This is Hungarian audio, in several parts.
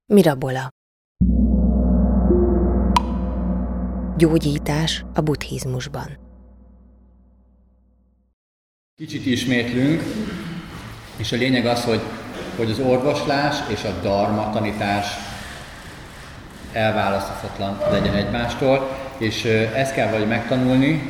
Mirabola. Gyógyítás a buddhizmusban. Kicsit ismétlünk, és a lényeg az, hogy az orvoslás és a dharma tanítás elválaszthatatlan legyen egymástól, és ezt kell valahogy megtanulni,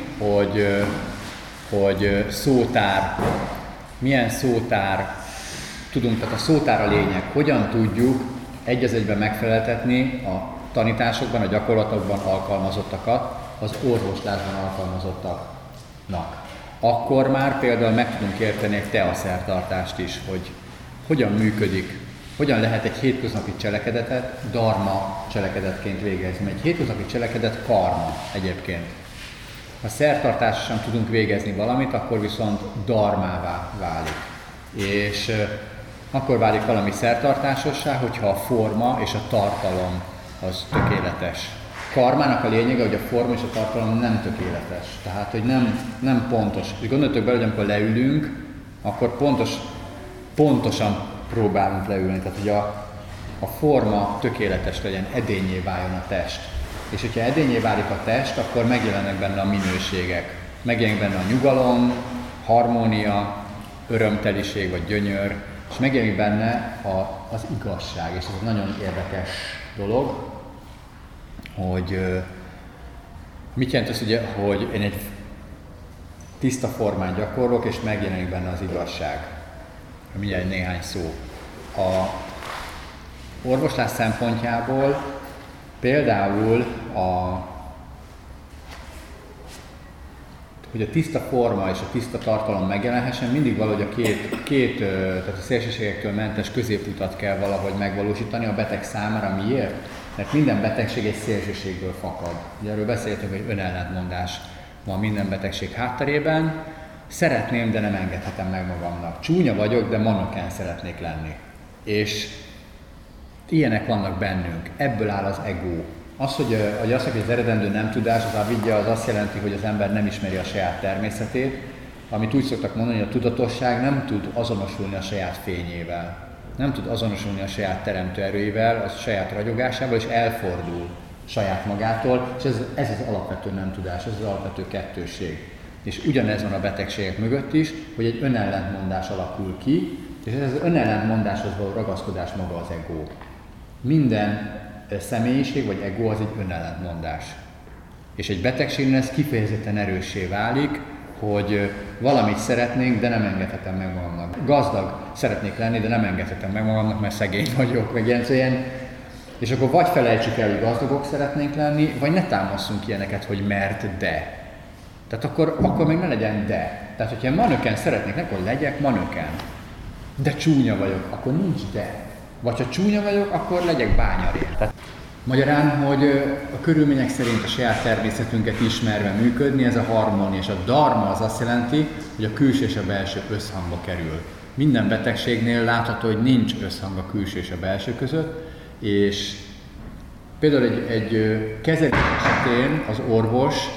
hogy szótár, milyen szótár tudunk, tehát a szótár a lényeg, hogyan tudjuk egy az egyben megfeleltetni a tanításokban, a gyakorlatokban alkalmazottakat az orvoslásban alkalmazottaknak. Akkor már például meg tudunk érteni egy teaszertartást is, hogy hogyan működik, hogyan lehet egy hétköznapi cselekedetet dharma cselekedetként végezni. Egy hétköznapi cselekedet karma egyébként. Ha szertartásosan tudunk végezni valamit, akkor viszont dharmává válik. És akkor válik valami szertartásossá, hogyha a forma és a tartalom az tökéletes. Karmának a lényege, hogy a forma és a tartalom nem tökéletes. Tehát, hogy nem pontos. És gondoljatok bele, hogy amikor leülünk, akkor pontosan próbálunk leülni. Tehát, hogy a forma tökéletes legyen, edénnyé váljon a test. És hogyha edénnyé válik a test, akkor megjelennek benne a minőségek. Megjelenik benne a nyugalom, harmónia, örömteliség vagy gyönyör, és megjelenik benne az igazság. És ez egy nagyon érdekes dolog, hogy mit jelent az ugye, hogy én egy tiszta formán gyakorlok, és megjelenik benne az igazság. Mindjárt néhány szó. A orvoslás szempontjából például hogy a tiszta forma és a tiszta tartalom megjelenhessen, mindig valahogy a két tehát a szélsőségektől mentes középutat kell valahogy megvalósítani a beteg számára. Miért? Mert minden betegség egy szélsőségből fakad. Ugye erről beszéltünk, hogy önellentmondás van minden betegség hátterében. Szeretném, de nem engedhetem meg magamnak. Csúnya vagyok, de manokán szeretnék lenni. És ilyenek vannak bennünk. Ebből áll az ego. Az, hogy az eredendő nem tudás, az avidya, az azt jelenti, hogy az ember nem ismeri a saját természetét, amit úgy szoktak mondani, hogy a tudatosság nem tud azonosulni a saját fényével. Nem tud azonosulni a saját teremtő erőivel, a saját ragyogásával, és elfordul saját magától, és ez az alapvető nem tudás, ez az alapvető kettősség. És ugyanez van a betegségek mögött is, hogy egy önellentmondás alakul ki, és ez az önellentmondáshoz való ragaszkodás maga az ego. Minden személyiség vagy ego az egy önellentmondás. És egy betegségnél ez kifejezetten erőssé válik, hogy valamit szeretnénk, de nem engedhetem meg magamnak. Gazdag szeretnék lenni, de nem engedhetem meg magamnak, mert szegény vagyok, meg ilyen. És akkor vagy felejtsük el, hogy gazdagok szeretnénk lenni, vagy ne támaszunk ilyeneket, hogy mert de. Tehát akkor meg ne legyen de. Tehát, hogyha manöken szeretnék, akkor legyek manöken. De csúnya vagyok, akkor nincs de. Vagy ha csúnya vagyok, akkor legyek bányaré. Magyarán, hogy a körülmények szerint a saját természetünket ismerve működni, ez a harmónia, és a dharma az azt jelenti, hogy a külső és a belső összhangba kerül. Minden betegségnél látható, hogy nincs összhang a külső és a belső között, és például egy kezelés esetén az orvosnak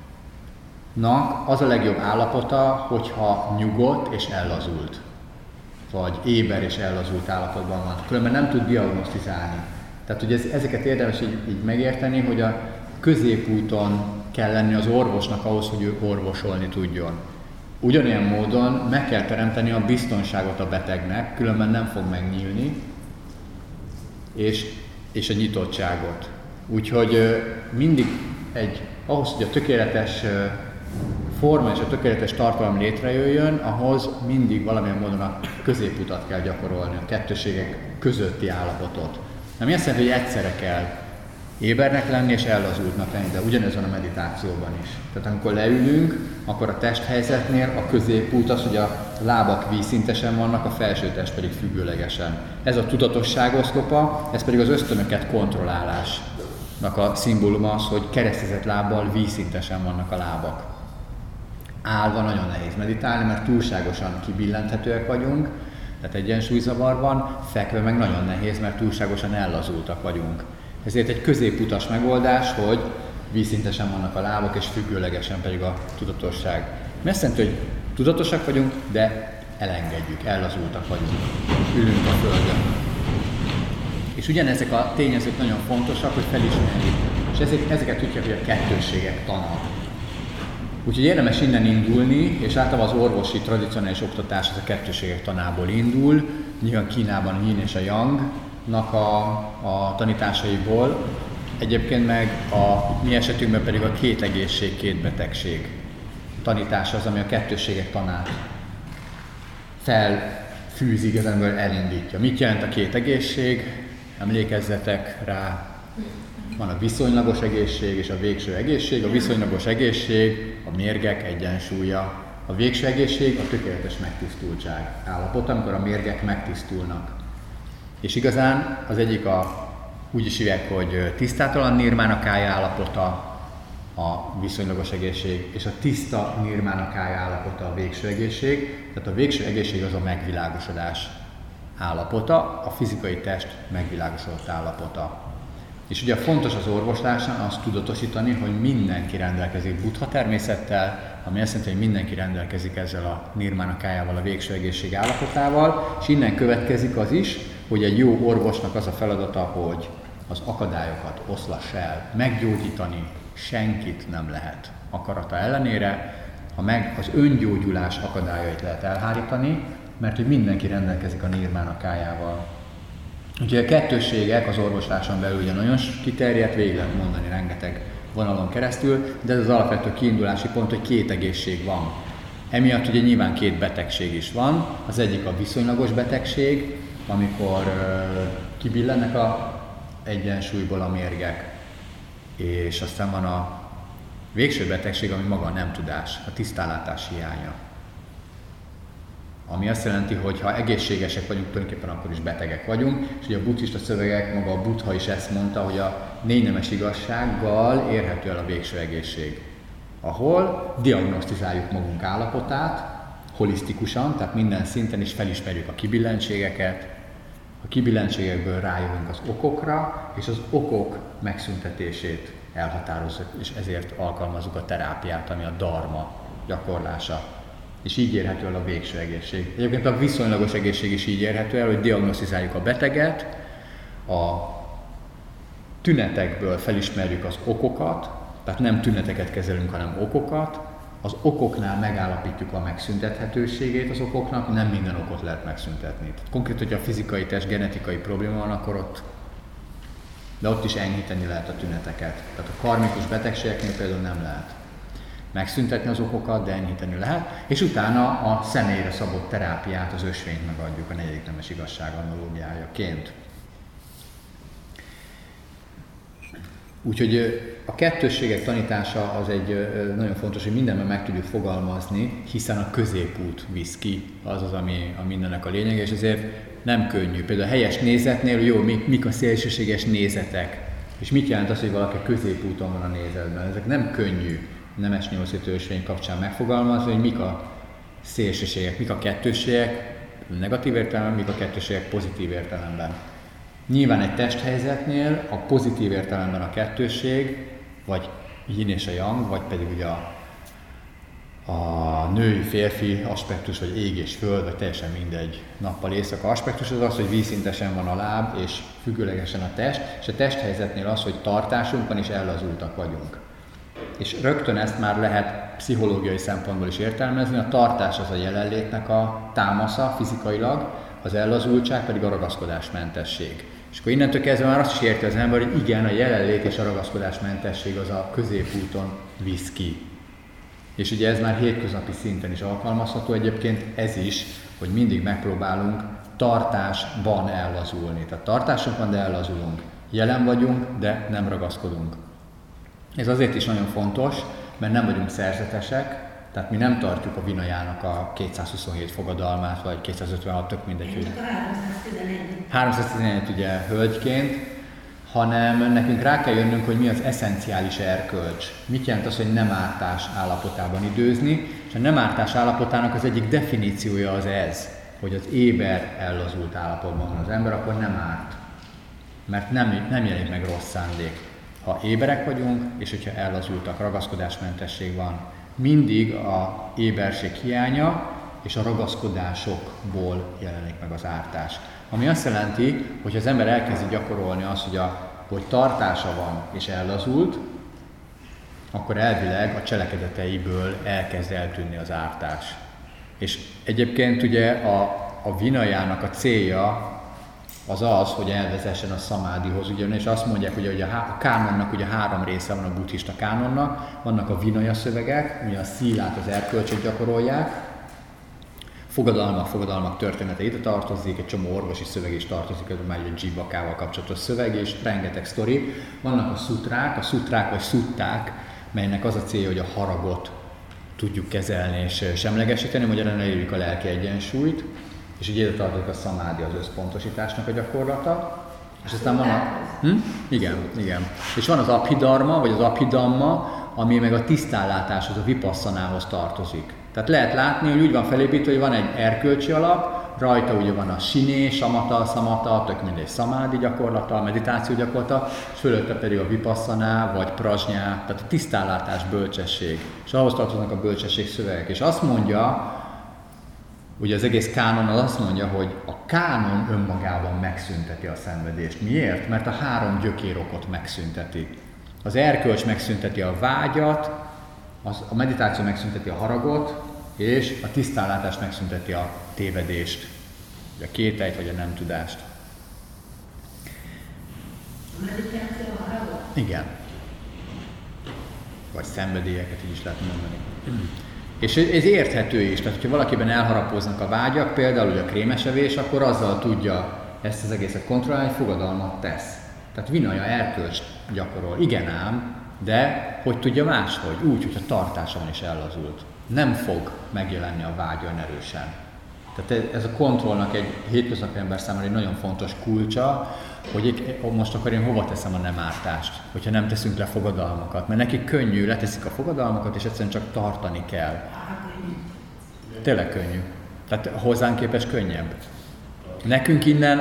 az a legjobb állapota, hogyha nyugodt és ellazult, vagy éber és ellazult állapotban van. Különben nem tud diagnosztizálni. Tehát, hogy ezeket érdemes így megérteni, hogy a középúton kell lenni az orvosnak ahhoz, hogy ő orvosolni tudjon. Ugyanilyen módon meg kell teremteni a biztonságot a betegnek, különben nem fog megnyílni, és a nyitottságot. Úgyhogy mindig ahhoz, hogy a tökéletes forma és a tökéletes tartalom létrejöjjön, ahhoz mindig valamilyen módon a középutat kell gyakorolni, a kettőségek közötti állapotot. Nem azt jelenti, hogy egyszerre kell ébernek lenni és ellazultnak lenni, de ugyanez van a meditációban is. Tehát amikor leülünk, akkor a testhelyzetnél a középút az, hogy a lábak vízszintesen vannak, a felső test pedig függőlegesen. Ez a tudatosság oszlopa, ez pedig az ösztönöket kontrollálásnak a szimbóluma az, hogy keresztezett lábbal vízszintesen vannak a lábak. Állva nagyon nehéz meditálni, mert túlságosan kibillenthetőek vagyunk, tehát egyensúlyzavar van, fekve meg nagyon nehéz, mert túlságosan ellazultak vagyunk. Ezért egy középutas megoldás, hogy vízszintesen vannak a lábak, és függőlegesen pedig a tudatosság. Mi azt jelenti, hogy tudatosak vagyunk, de elengedjük, ellazultak vagyunk. Ülünk a földön. És ugyanezek a tényezők nagyon fontosak, hogy felismerjük. És ezeket tudják, hogy a kettősségek tana. Úgyhogy érdemes innen indulni, és általában az orvosi tradicionális oktatás az a kettősségek tanából indul, nyilván Kínában a Yin és a Yang-nak a tanításaiból, egyébként meg a mi esetünkben pedig a két egészség, két betegség tanítása az, ami a kettősségek tanát felfűzi, igazából elindítja. Mit jelent a két egészség? Emlékezzetek rá, van a viszonylagos egészség és a végső egészség. A viszonylagos egészség a mérgek egyensúlya. A végső egészség a tökéletes megtisztultság állapota, amikor a mérgek megtisztulnak. És igazán az egyik úgy is hívják, hogy tisztátalan nirmánakája állapota a viszonylagos egészség, és a tiszta nirmánakája állapota a végső egészség. Tehát a végső egészség az a megvilágosodás állapota, a fizikai test megvilágosodott állapota. És ugye fontos az orvoslásnál azt tudatosítani, hogy mindenki rendelkezik buddha természettel, ami azt jelenti, hogy mindenki rendelkezik ezzel a nirmánakájával, a végső egészség állapotával, és innen következik az is, hogy egy jó orvosnak az a feladata, hogy az akadályokat oszlass el, meggyógyítani senkit nem lehet akarata ellenére, ha meg az öngyógyulás akadályait lehet elhárítani, mert hogy mindenki rendelkezik a nirmánakájával. Úgyhogy a kettősségek az orvosláson belül ugye nagyon kiterjedt, végig lehet mondani rengeteg vonalon keresztül, de ez az alapvető kiindulási pont, hogy két egészség van. Emiatt ugye nyilván két betegség is van. Az egyik a viszonylagos betegség, amikor kibillennek a egyensúlyból a mérgek, és aztán van a végső betegség, ami maga a nem tudás, a tisztánlátás hiánya. Ami azt jelenti, hogy ha egészségesek vagyunk, tulajdonképpen akkor is betegek vagyunk, és ugye a buddhista szövegek, maga a Buddha is ezt mondta, hogy a 4 nemes igazsággal érhető el a végső egészség, ahol diagnosztizáljuk magunk állapotát, holisztikusan, tehát minden szinten is felismerjük a kibillentségeket, a kibillentségekből rájövünk az okokra, és az okok megszüntetését elhatározzuk, és ezért alkalmazzuk a terápiát, ami a dharma gyakorlása. És így érhető el a végső egészség. Egyébként a viszonylagos egészség is így érhető el, hogy diagnosztizáljuk a beteget, a tünetekből felismerjük az okokat, tehát nem tüneteket kezelünk, hanem okokat. Az okoknál megállapítjuk a megszüntethetőségét az okoknak, nem minden okot lehet megszüntetni. Tehát konkrét, hogyha a fizikai test, genetikai probléma van, akkor ott is enyhíteni lehet a tüneteket. Tehát a karmikus betegségeknél például nem lehet megszüntetni az okokat, de enyhíteni lehet, és utána a személyre szabott terápiát, az ösvényt megadjuk a 4. nemes igazság analógiájaként. Úgyhogy a kettősségek tanítása az egy nagyon fontos, hogy mindenben meg tudjuk fogalmazni, hiszen a középút visz ki, az az, ami a mindennek a lényeg, és ezért nem könnyű. Például a helyes nézetnél, jó, mik a szélsőséges nézetek, és mit jelent az, hogy valaki középúton van a nézetben. Ezek nem könnyű nemes 8 ösvény kapcsán megfogalmazni, hogy mik a szélsőségek, mik a kettősségek negatív értelemben, mik a kettősségek pozitív értelemben. Nyilván egy testhelyzetnél a pozitív értelemben a kettősség, vagy yin és a yang, vagy pedig ugye a női-férfi aspektus, vagy ég és föld, vagy teljesen mindegy nappal éjszaka aspektus, az az, hogy vízszintesen van a láb, és függőlegesen a test, és a testhelyzetnél az, hogy tartásunk van, és ellazultak vagyunk. És rögtön ezt már lehet pszichológiai szempontból is értelmezni, a tartás az a jelenlétnek a támasza fizikailag, az ellazultság pedig a ragaszkodásmentesség. És akkor innentől kezdve már azt is érti az ember, hogy igen, a jelenlét és a ragaszkodásmentesség az a középúton visz ki. És ugye ez már hétköznapi szinten is alkalmazható, egyébként ez is, hogy mindig megpróbálunk tartásban ellazulni. Tehát tartásunk van, de ellazulunk. Jelen vagyunk, de nem ragaszkodunk. Ez azért is nagyon fontos, mert nem vagyunk szerzetesek, tehát mi nem tartjuk a Vinajának a 227 fogadalmát, vagy 256, tök mindegy, hogy 311 ugye hölgyként, hanem nekünk rá kell jönnünk, hogy mi az eszenciális erkölcs. Mit jelent az, hogy nem ártás állapotában időzni, és a nem ártás állapotának az egyik definíciója az ez, hogy az éber ellazult állapotban van az ember, akkor nem árt, mert nem jelenik meg rossz szándék. Ha éberek vagyunk, és hogyha ellazultak, ragaszkodásmentesség van, mindig a éberség hiánya és a ragaszkodásokból jelenik meg az ártás. Ami azt jelenti, hogy az ember elkezdi gyakorolni azt, hogy tartása van és ellazult, akkor elvileg a cselekedeteiből elkezd eltűnni az ártás. És egyébként ugye a vinajának a célja az, hogy elvezessen a szamádihoz. Ugyanis azt mondják, hogy a kánonnak ugye 3 része van, a buddhista kánonnak, vannak a vinaja szövegek, ugye a szílát, az erkölcsöt gyakorolják, fogadalmak története ide tartozik, egy csomó orvosi szöveg is tartozik, ez már egy dzsivakával kapcsolatos szöveg, és rengeteg sztori. Vannak a szutrák vagy szutták, melynek az a célja, hogy a haragot tudjuk kezelni és semlegesíteni, magyarán elérjük a lelki egyensúlyt, és így ide tartozik a szamádi, az összpontosításnak a gyakorlata. És aztán van Igen. És van az abhidharma, vagy az abhidhamma, ami meg a tisztállátáshoz, a vipassanához tartozik. Tehát lehet látni, hogy úgy van felépítve, hogy van egy erkölcsi alap, rajta ugye van a siné, samata, szamata, tök mindegy szamádi gyakorlata, meditáció gyakorlata, és fölötte pedig a vipassaná, vagy prajnyá, tehát a tisztállátás, bölcsesség. És ahhoz tartoznak a bölcsesség szövegek. És azt mondja, ugye az egész kánon az azt mondja, hogy a kánon önmagában megszünteti a szenvedést. Miért? Mert a 3 gyökérokot megszünteti. Az erkölcs megszünteti a vágyat, a meditáció megszünteti a haragot, és a tisztállátás megszünteti a tévedést, a kételyt vagy a nem tudást. A meditáció a haragot? Igen. Vagy szenvedélyeket, így is lehet mondani. És ez érthető is, tehát hogyha valakiben elharapóznak a vágyak, például ugye a krémesevés, akkor azzal tudja ezt az egészet kontrollálni, hogy fogadalmat tesz. Tehát vinaja, erkölcs gyakorol. Igen ám, de hogy tudja máshogy? Úgy, hogyha tartása van és ellazult. Nem fog megjelenni a vágy olyan erősen. Tehát ez a kontrollnak egy hétköznapi ember számára egy nagyon fontos kulcsa, hogy most akkor én hova teszem a nem ártást, hogyha nem teszünk le fogadalmakat. Mert nekik könnyű, leteszik a fogadalmakat, és egyszerűen csak tartani kell. Tényleg könnyű. Tehát hozzánk képest könnyebb. Nekünk innen...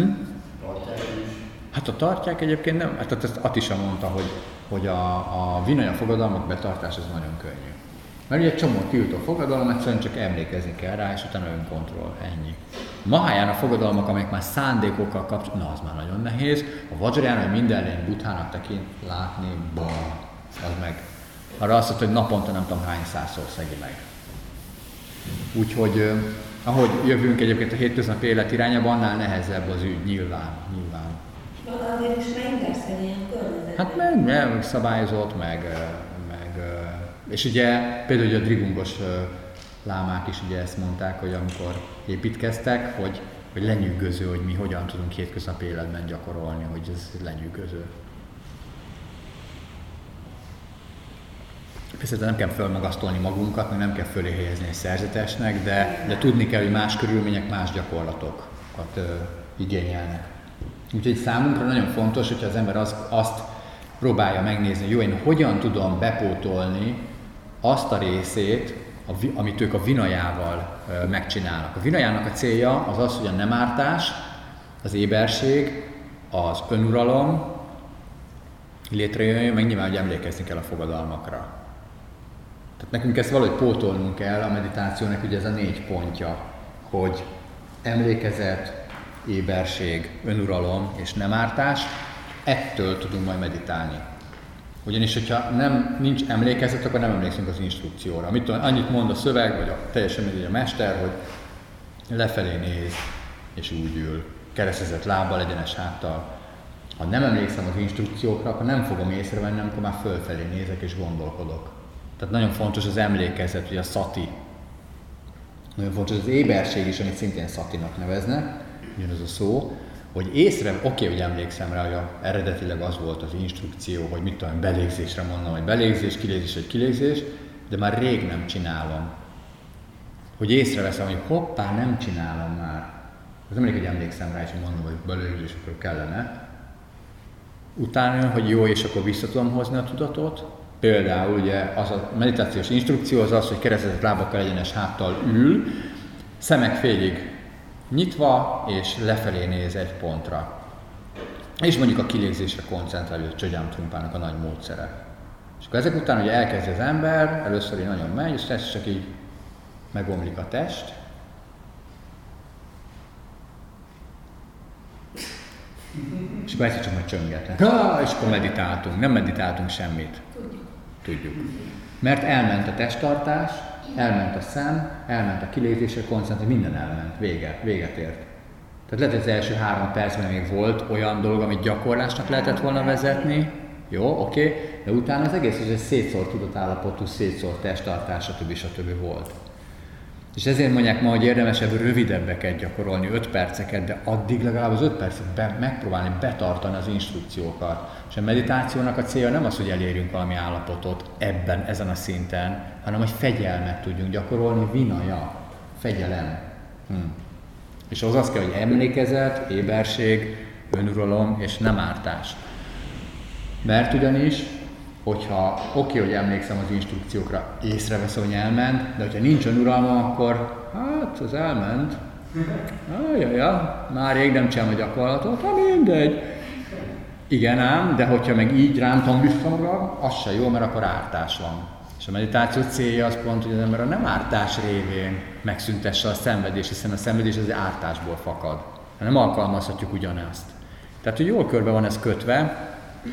Hát a tartják egyébként nem. Hát ezt Atisa mondta, hogy a vinaja fogadalmak betartás az nagyon könnyű. Mert ugye egy csomó tiltó fogadalom, egyszerűen csak emlékezni kell rá, és utána önkontroll, ennyi. Mahájána fogadalmak, amelyek már szándékokkal kapcsolatban, na az már nagyon nehéz. A Vajrayana, hogy minden lény Buddhának tekint, látni, az meg. Arra azt mondta, hogy naponta nem tudom hány százszor szegi meg. Úgyhogy ahogy jövünk egyébként a hétköznapi élet irányába, annál nehezebb az ügy, nyilván. Azért is rengeteg ilyen környezet. Hát meg szabályozott, meg és ugye például a drigungos lámák is ugye ezt mondták, hogy amikor építkeztek, hogy lenyűgöző, hogy mi hogyan tudunk hétköznapi életben gyakorolni, hogy ez lenyűgöző. Persze nem kell fölmagasztolni magunkat, meg nem kell fölé helyezni egy szerzetesnek, de tudni kell, hogy más körülmények, más gyakorlatokat igényelnek. Úgyhogy számunkra nagyon fontos, hogyha az ember azt próbálja megnézni, hogy jó, én hogyan tudom bepótolni azt a részét, amit ők a vinajával megcsinálnak. A vinajának a célja az, hogy a nem ártás, az éberség, az önuralom létrejöjjön, meg nyilván, hogy emlékezni kell a fogadalmakra. Tehát nekünk ezt valahogy pótolnunk kell, a meditációnak ugye ez a 4 pontja, hogy emlékezet, éberség, önuralom és nem ártás, ettől tudunk majd meditálni. Ugyanis, hogyha nincs emlékezet, akkor nem emlékszünk az instrukcióra. Annyit mond a szöveg, vagy teljesen mindegy a mester, hogy lefelé néz, és úgy ül, keresztezett lábbal, egyenes háttal. Ha nem emlékszem az instrukciókra, akkor nem fogom észrevenni, amikor már fölfelé nézek és gondolkodok. Tehát nagyon fontos az emlékezet, hogy a sati. Nagyon fontos az éberség is, amit szintén szatinak neveznek, ugyanaz a szó, hogy hogy emlékszem rá, hogy eredetileg az volt az instrukció, hogy mit tudom, belégzésre mondom, hogy belégzés, kilégzés, vagy kilégzés, de már rég nem csinálom. Hogy észreveszem, hogy hoppá, nem csinálom már. Az nem elég, hogy emlékszem rá, és hogy mondom, hogy belégzés, akkor kellene. Utána, hogy jó, és akkor vissza tudom hozni a tudatot. Például ugye az a meditációs instrukció az, hogy keresztezett lábakkal egyenes háttal ül, szemek félig nyitva, és lefelé néz egy pontra. És mondjuk a kilégzésre koncentrálja, a Csögyám Trumpának a nagy módszere. És akkor ezek után ugye elkezdi az ember, először így nagyon megy, és ezt csak így megomlik a test, és akkor egyszer csak majd csöngetnek. És akkor meditáltunk. Nem meditáltunk semmit. Tudjuk. Mert elment a testtartás, elment a szem, elment a kilépésre, koncentrálás, minden elment. Véget ért. Tehát lehet, hogy az első 3 percben még volt olyan dolog, amit gyakorlásnak lehetett volna vezetni. Jó, oké. De utána az egész egy szétszórt tudatállapotú, szétszórt testtartás, stb. Volt. És ezért mondják ma, hogy érdemesebb rövidebbeket gyakorolni, 5 perceket, de addig legalább az 5 percet megpróbálni betartani az instrukciókat. És a meditációnak a célja nem az, hogy elérjünk valami állapotot ezen a szinten, hanem hogy fegyelmet tudjunk gyakorolni, vinaja, fegyelem. És az kell, hogy emlékezet, éberség, önuralom és nem ártás. Mert ugyanis, hogyha oké, hogy emlékszem az instrukciókra, észreveszem, hogy elment, de hogyha nincs önuralma, akkor hát az elment. Már rég nem csinálom a gyakorlatot, mindegy. Igen ám, de hogyha meg így rántom vissza magam, az se jó, mert akkor ártás van. És a meditáció célja az pont, hogy az ember a nem ártás révén megszüntesse a szenvedést, hiszen a szenvedés az ártásból fakad. Nem alkalmazhatjuk ugyanezt. Tehát, hogy jól körbe van ez kötve,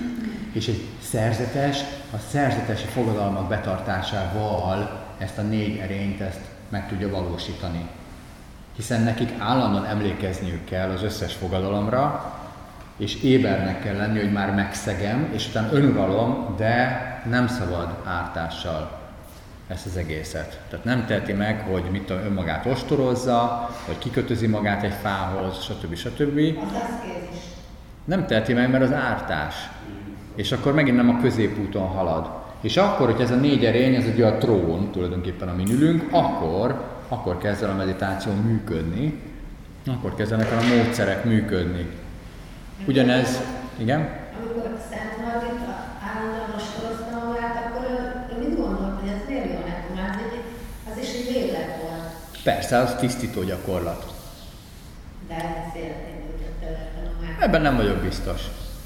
és egy szerzetes, a szerzetesi fogadalmak betartásával ezt a 4 erényt ezt meg tudja valósítani. Hiszen nekik állandóan emlékezniük kell az összes fogadalomra, és ébernek kell lenni, hogy már megszegem, és utána önuralom, de nem szabad ártással ezt az egészet. Tehát nem teheti meg, hogy önmagát ostorozza, vagy kikötözi magát egy fához, stb. Az aszkézis. Nem teheti meg, mert az ártás. És akkor megint nem a középúton halad. És akkor, hogy ez a 4 erény, ez egy olyan trón, tulajdonképpen amin ülünk, akkor kezd el a meditáció működni, akkor kezdenek el a módszerek működni. Ugyanez, igen? Amikor a Szent Margit állandóan ostorozta magát, akkor ő mit gondolt, hogy ez miért jön nekem? Az is egy lélek volt. Persze, az tisztító gyakorlat. De ez életén jutott el a Ebben nem vagyok biztos.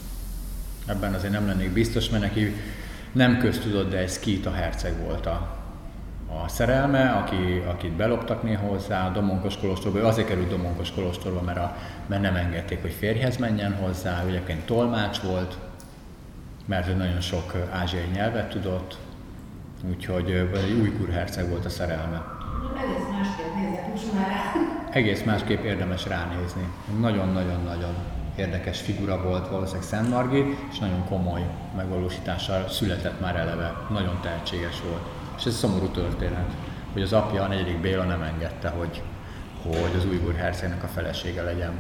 Ebben azért nem lennék biztos, mert neki nem köztudott, de egy szkíta herceg volt a szerelme, akit beloptak néha hozzá a Domonkos kolostorba. Ő azért került Domonkos kolostorba, mert nem engedték, hogy férjhez menjen hozzá. Ő egyébként tolmács volt, mert ő nagyon sok ázsiai nyelvet tudott, úgyhogy egy ujgur herceg volt a szerelme. Egész másképp nézek most már rá. Egész másképp érdemes ránézni. Nagyon-nagyon-nagyon érdekes figura volt valószínűleg Szent Margit, és nagyon komoly megvalósítással született már eleve. Nagyon tehetséges volt. És ez szomorú történet, hogy az apja, a 4. Béla nem engedte, hogy az ujgur hercegnek a felesége legyen.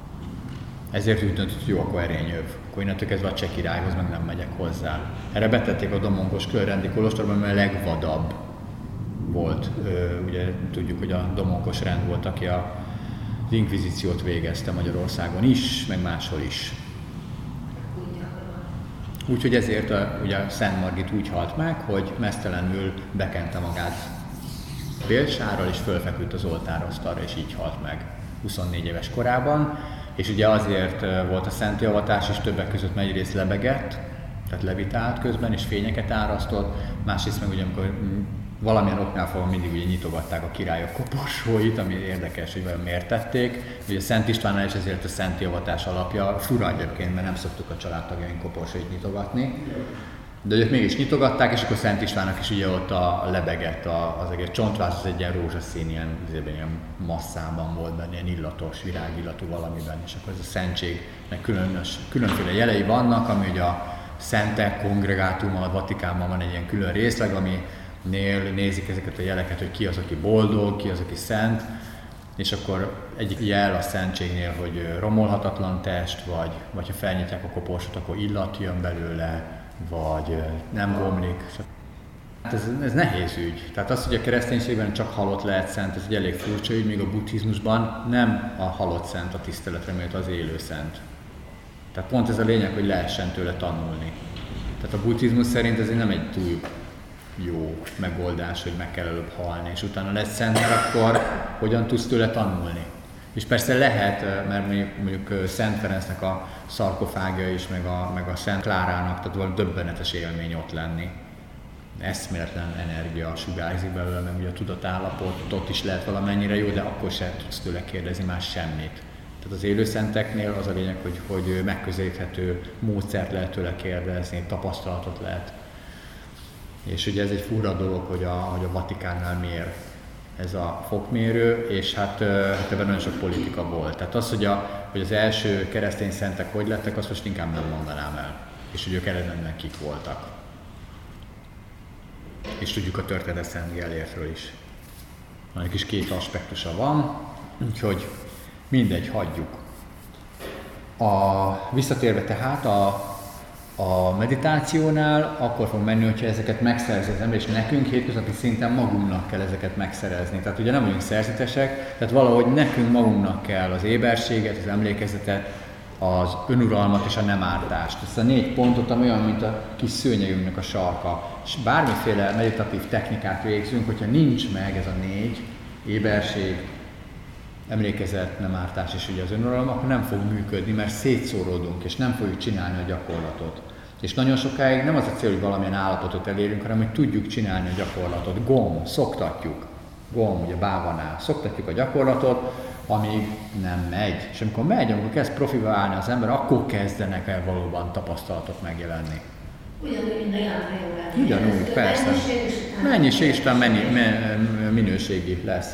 Ezért úgy döntött, hogy jó, akkor erényöv. Akkor innentől kezdve a cseh királyhoz meg nem megyek hozzá. Erre betették a Domonkos körrendi kolostorban, mert a legvadabb volt. Ugye tudjuk, hogy a Domonkos rend volt, aki az inkvizíciót végezte Magyarországon is, meg máshol is. Úgyhogy ezért ugye Szent Margit úgy halt meg, hogy meztelenül bekente magát bélsárral, és fölfeküdt az oltárasztalra, és így halt meg 24 éves korában. És ugye azért volt a szenti avatás is többek között, mert egyrészt lebegett, tehát levitált közben, és fényeket árasztott, másrészt meg ugye amikor valamilyen oknál fogva mindig ugye nyitogatták a királyok koporsóit, ami érdekes, hogy vajon miért tették. Ugye Szent Istvánnál is ezért a szenti avatás alapja, fura egyébként, mert nem szoktuk a családtagjaink koporsóit nyitogatni. De ők mégis nyitogatták, és akkor Szent Istvánnak is ugye ott lebegett az egész csontváz, az egy ilyen rózsaszín, ilyen masszában volt benne, ilyen illatos, virágillatú valamiben, és akkor ez a szentségnek különféle jelei vannak, ami ugye a Szentek Kongregátuma, a Vatikánban van egy ilyen külön részleg, aminél nézik ezeket a jeleket, hogy ki az, aki boldog, ki az, aki szent, és akkor egyik jel a szentségnél, hogy romolhatatlan test, vagy ha felnyitják a koporsót, akkor illat jön belőle, vagy nem bomlik. Hát ez nehéz ügy. Tehát az, hogy a kereszténységben csak halott lehet szent, ez egy elég furcsa ügy, míg a buddhizmusban nem a halott szent a tiszteletre méltó, az élő szent. Tehát pont ez a lényeg, hogy lehessen tőle tanulni. Tehát a buddhizmus szerint ez nem egy túl jó megoldás, hogy meg kell előbb halni, és utána lesz szent, akkor hogyan tudsz tőle tanulni. És persze lehet, mert mondjuk Szent Ferencnek a szarkofágja is, meg a Szent Klárának, tehát valami döbbenetes élmény ott lenni. eszméletlen energia sugárzik belőle, meg ugye a tudatállapotot is lehet valamennyire jó, de akkor sem tudsz tőle kérdezni más semmit. Tehát az élőszenteknél az a lényeg, hogy megközelíthető módszert lehet tőle kérdezni, tapasztalatot lehet. És ugye ez egy fura dolog, hogy a Vatikánnál mér ez a fokmérő, és hát ebben nagyon sok politika volt. Tehát az, hogy az első keresztény szentek hogy lettek, azt most inkább nem mondanám el. És hogy ők eredetileg kik voltak. És tudjuk a történetet Szent Gellértről is. Annak is két aspektusa van, úgyhogy mindegy, hagyjuk. Visszatérve tehát a meditációnál akkor fog menni, hogyha ezeket megszerzi az ember, és nekünk hétköznapi szinten magunknak kell ezeket megszerezni. Tehát ugye nem vagyunk szerzetesek, tehát valahogy nekünk magunknak kell az éberséget, az emlékezetet, az önuralmat és a nem ártást. Ezt a 4 pontot, ami olyan, mint a kis szőnyegünknek a sarka. És bármiféle meditatív technikát végzünk, hogyha nincs meg ez a 4, éberség, emlékezet, nem ártás és ugye az önuralom, akkor nem fog működni, mert szétszóródunk, és nem fogjuk csinálni a gyakorlatot. És nagyon sokáig nem az a cél, hogy valamilyen állapotot elérünk, hanem hogy tudjuk csinálni a gyakorlatot. Szoktatjuk. Ugye bávanál. Szoktatjuk a gyakorlatot, amíg nem megy. És amikor megy, amikor kezd profiba állni az ember, akkor kezdenek el valóban tapasztalatok megjelenni. Ugyanúgy, mint a játszajogát. Ugyanúgy, persze. Mennyiség és minőségi lesz.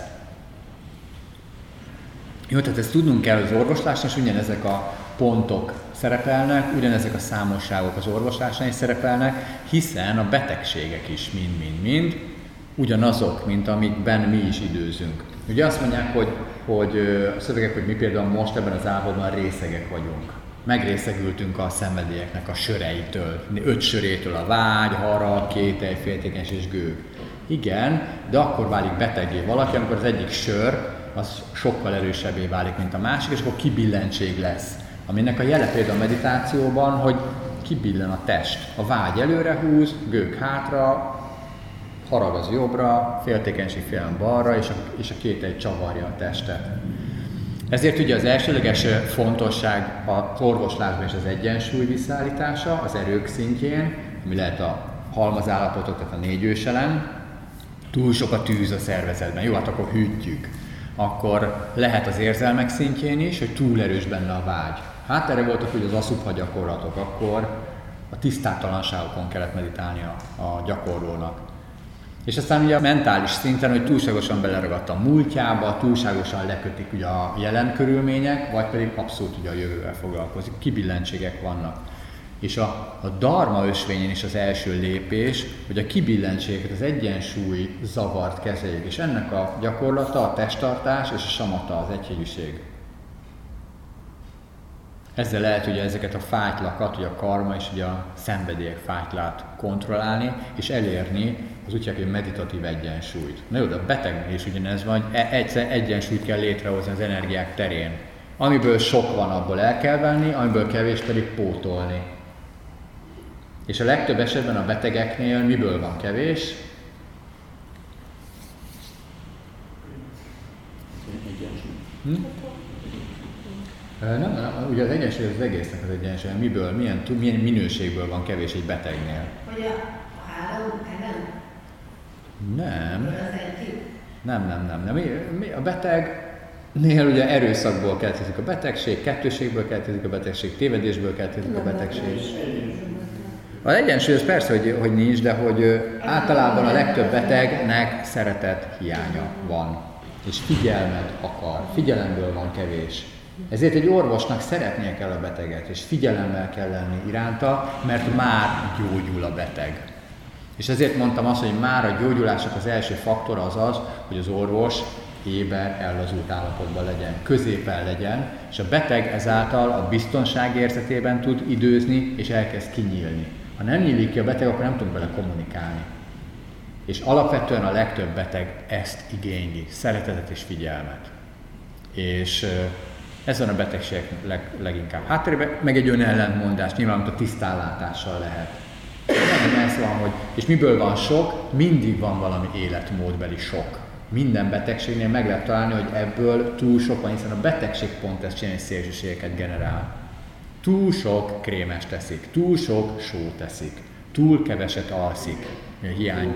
Jó, tehát ezt tudnunk kell az orvoslásnál, és ugyanezek a pontok szerepelnek, ugyanezek a számosságok az orvoslásnál is szerepelnek, hiszen a betegségek is mind ugyanazok, mint amikben mi is időzünk. Ugye azt mondják, hogy a szövegek, hogy mi például most ebben az állapotban részegek vagyunk. Megrészegültünk a szenvedélyeknek a söreitől, 5 sörétől a vágy, harag, kételj, féltékenység és gőg. Igen, de akkor válik beteggé valaki, amikor az egyik sör az sokkal erősebbé válik, mint a másik, és akkor kibillentség lesz. Aminek a jele például a meditációban, hogy kibillen a test. A vágy előre húz, gőg hátra, harag az jobbra, féltékenység félelem balra, és a kételj csavarja a testet. Ezért ugye az elsőleges fontosság az orvoslásban és az egyensúly visszaállítása, az erők szintjén, ami lehet a halmazállapotok, tehát a 4 őselem, túl sok a tűz a szervezetben, jó, hát akkor hűtjük. Akkor lehet az érzelmek szintjén is, hogy túl erős benne a vágy. Hát erre voltak ugye az aszubha gyakorlatok, akkor a tisztátalanságokon kellett meditálni a gyakorlónak. És aztán ugye a mentális szinten, hogy túlságosan beleragadt a múltjába, túlságosan lekötik ugye a jelen körülmények, vagy pedig abszolút ugye a jövővel foglalkozik. Kibillentségek vannak. És a dharma ösvényén is az első lépés, hogy a kibillentségeket, az egyensúly zavart kezeljük. És ennek a gyakorlata a testtartás és a samata, az egyhegyűség. Ezzel lehet ugye ezeket a fájtlakat, ugye a karma és ugye a szenvedélyek fájtlát kontrollálni, és elérni az úgy hogy meditatív egyensúlyt. Na jó, de a betegnél is ugyanez van, hogy egyensúlyt kell létrehozni az energiák terén. Amiből sok van, abból el kell venni, amiből kevés pedig pótolni. És a legtöbb esetben a betegeknél miből van kevés? Nem, ugye az egyensúly az egésznek az egyensúly, milyen minőségből van kevés egy betegnél? Hogy a 3 elem? Nem. Az egyik? Nem. A betegnél ugye erőszakból keletkezik a betegség, kettőségből keletkezik a betegség, tévedésből keletkezik a betegség. Az egyensúly az persze, hogy nincs, de hogy általában a legtöbb betegnek szeretet hiánya van, és figyelmet akar, figyelemből van kevés. Ezért egy orvosnak szeretnie kell a beteget, és figyelemmel kell lenni iránta, mert már gyógyul a beteg. És ezért mondtam azt, hogy már a gyógyulásnak az első faktora az, hogy az orvos éber, ellazult állapotban legyen, középen legyen, és a beteg ezáltal a biztonságérzetében tud időzni, és elkezd kinyílni. Ha nem nyílik ki a beteg, akkor nem tudunk vele kommunikálni. És alapvetően a legtöbb beteg ezt igényli, szeretetet és figyelmet. És ez van a betegség leginkább háttérben, meg egy önellentmondás, nyilván, amit a tisztánlátással lehet. Nem ez van, hogy, és miből van sok, mindig van valami életmódbeli sok. Minden betegségnél meg lehet találni, hogy ebből túl sok van, hiszen a betegség pont ezt csinálni, szélsőségeket generál. Túl sok krémes teszik, túl sok sót teszik, túl keveset alszik, a hiány.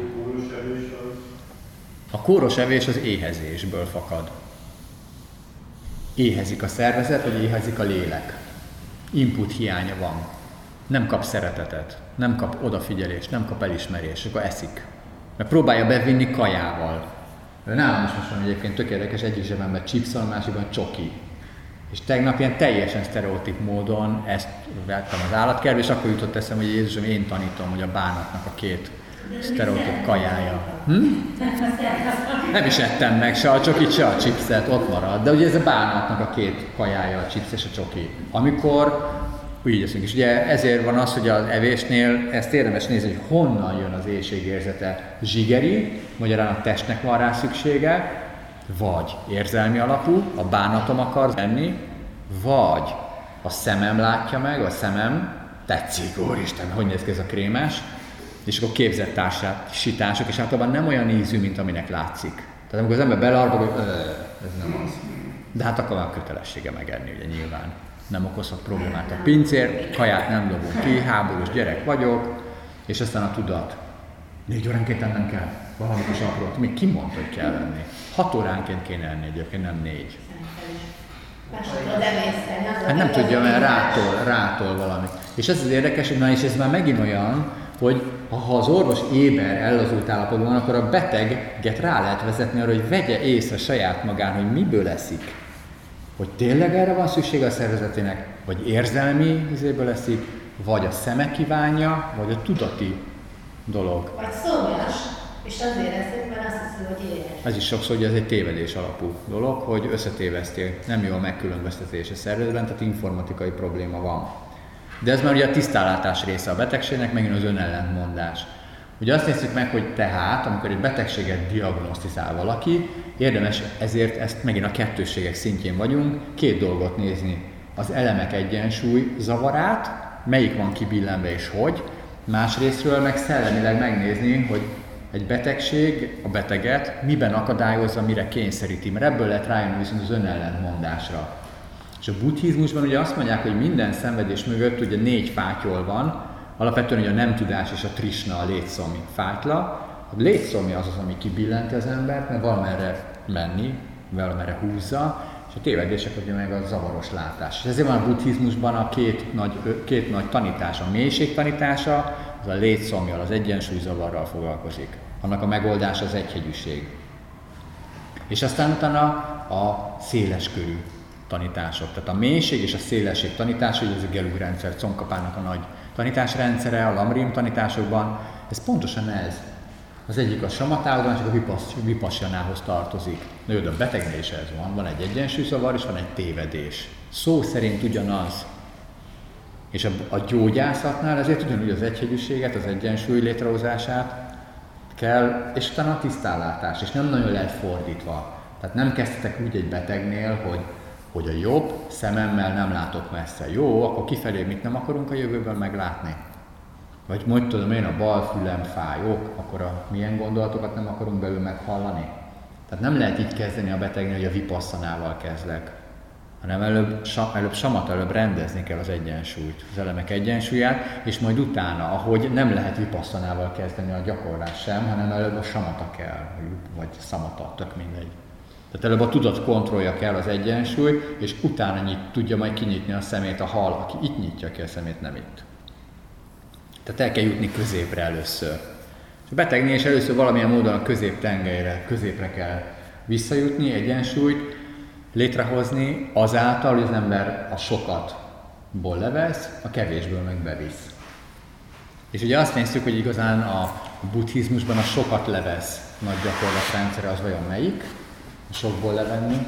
A kóros evés az éhezésből fakad. Éhezik a szervezet, vagy éhezik a lélek. Input hiánya van. Nem kap szeretetet, nem kap odafigyelést, nem kap elismerést, akkor eszik. Mert próbálja bevinni kajával. Nálam is most van egyébként tök érdekes, egyik zsebemben chips van, a másikban csoki. És tegnap ilyen teljesen sztereotíp módon ezt vettem az állatkertbe, és akkor jutott eszembe, hogy Jézusom, én tanítom, hogy a bánatnak a két sztereotíp kajája. Nem is ettem meg se a csokit, se a chipset, ott marad. De ugye ez a bánatnak a két kajája, a chips és a csoki. Amikor úgy eszünk is. Ugye ezért van az, hogy az evésnél ezt érdemes nézni, hogy honnan jön az éhségérzete. Zsigeri, magyarán a testnek van rá szüksége, vagy érzelmi alapú, a bánatom akar enni, vagy a szemem látja meg, a szemem tetszik, úristen, hogy néz ki ez a krémes, és akkor képzett társítások, és általában nem olyan ízű, mint aminek látszik. Tehát amikor az ember belarvog, hogy ez nem az. De hát akkor már kötelessége megenni, ugye nyilván. Nem okozhat problémát a pincér, kaját nem dobunk ki, háborús gyerek vagyok, és aztán a tudat. 4 óránként ennem kell, valami kis aprót. Még ki mondta, hogy kell enni? 6 óránként kéne enni egyébként, nem 4. Hát nem tudja, mert rátol valami. És ez az érdekes, hogy és ez már megint olyan, hogy ha az orvos éber, ellazult állapotban van, akkor a beteget rá lehet vezetni arra, hogy vegye észre saját magán, hogy miből eszik. Hogy tényleg erre van szüksége a szervezetének, vagy érzelmi izéből eszik, vagy a szeme kívánja, vagy a tudati dolog. Vagy szomjas, és azért eszik, mert azt hiszi, hogy éhes. Ez is sokszor, hogy ez egy tévedés alapú dolog, hogy összetévesztél, nem jó a megkülönböztetés a szervezetben, tehát informatikai probléma van. De ez már ugye a tisztánlátás része a betegségnek, megint az önellentmondás. Ugye azt nézzük meg, hogy tehát, amikor egy betegséget diagnosztizál valaki, érdemes ezért ezt megint a kettősségek szintjén vagyunk, 2 dolgot nézni. Az elemek egyensúly zavarát, melyik van kibillenve és hogy, másrésztről meg szellemileg megnézni, hogy egy betegség a beteget miben akadályozza, mire kényszeríti, mert ebből lehet rájönni viszont az önellentmondásra. És a buddhizmusban ugye azt mondják, hogy minden szenvedés mögött ugye 4 fátyol van, alapvetően ugye a nem tudás és a trisna, a létszomj fátla. A létszomj az, ami kibillenti az embert, mert valamerre menni, valamerre húzza, és a tévedések ugye meg a zavaros látás. És ezért van a buddhizmusban a két nagy tanítás, a mélység tanítása, az a létszomjjal, az egyensúlyzavarral foglalkozik. Annak a megoldása az egyhegyűség. És aztán utána a széleskörű tanítások. Tehát a mélység és a szélesség tanítása, ez a Gelug rendszer, Tsongkhapának a nagy tanításrendszere, a Lamrim tanításokban, ez pontosan ez. Az egyik a samatához, a másik a vipassanához tartozik. Na jó, de a betegnél is ez van egy egyensúlyzavar és van egy tévedés. Szó szerint ugyanaz. És a gyógyászatnál ezért ugyanúgy az egyhegyűséget, az egyensúly létrehozását kell, és utána a tisztánlátás, és nem nagyon lehet fordítva. Tehát nem kezdtek úgy egy betegnél, hogy a jobb szememmel nem látok messze. Jó, akkor kifelé mit nem akarunk a jövőben meglátni? Vagy majd tudom én, a bal fülem fáj, akkor milyen gondolatokat nem akarunk belül meghallani? Tehát nem lehet így kezdeni a betegnél, hogy a vipasszanával kezdek, hanem előbb rendezni kell az egyensúlyt, az elemek egyensúlyát, és majd utána, ahogy nem lehet vipasszanával kezdeni a gyakorlás sem, hanem előbb a samata kell, vagy szamata, tök mindegy. Tehát előbb a tudat kontrollja kell az egyensúly, és utána tudja majd kinyitni a szemét a hal, aki itt nyitja ki a szemét, nem itt. Tehát el kell jutni középre először. És a betegnél is először valamilyen módon a középtengelyre, középre kell visszajutni, egyensúlyt létrehozni azáltal, hogy az ember a sokatból levesz, a kevésből meg bevisz. És ugye azt néztük, hogy igazán a buddhizmusban a sokat levesz nagy gyakorlatrendszere az vajon melyik? A sokból levenni?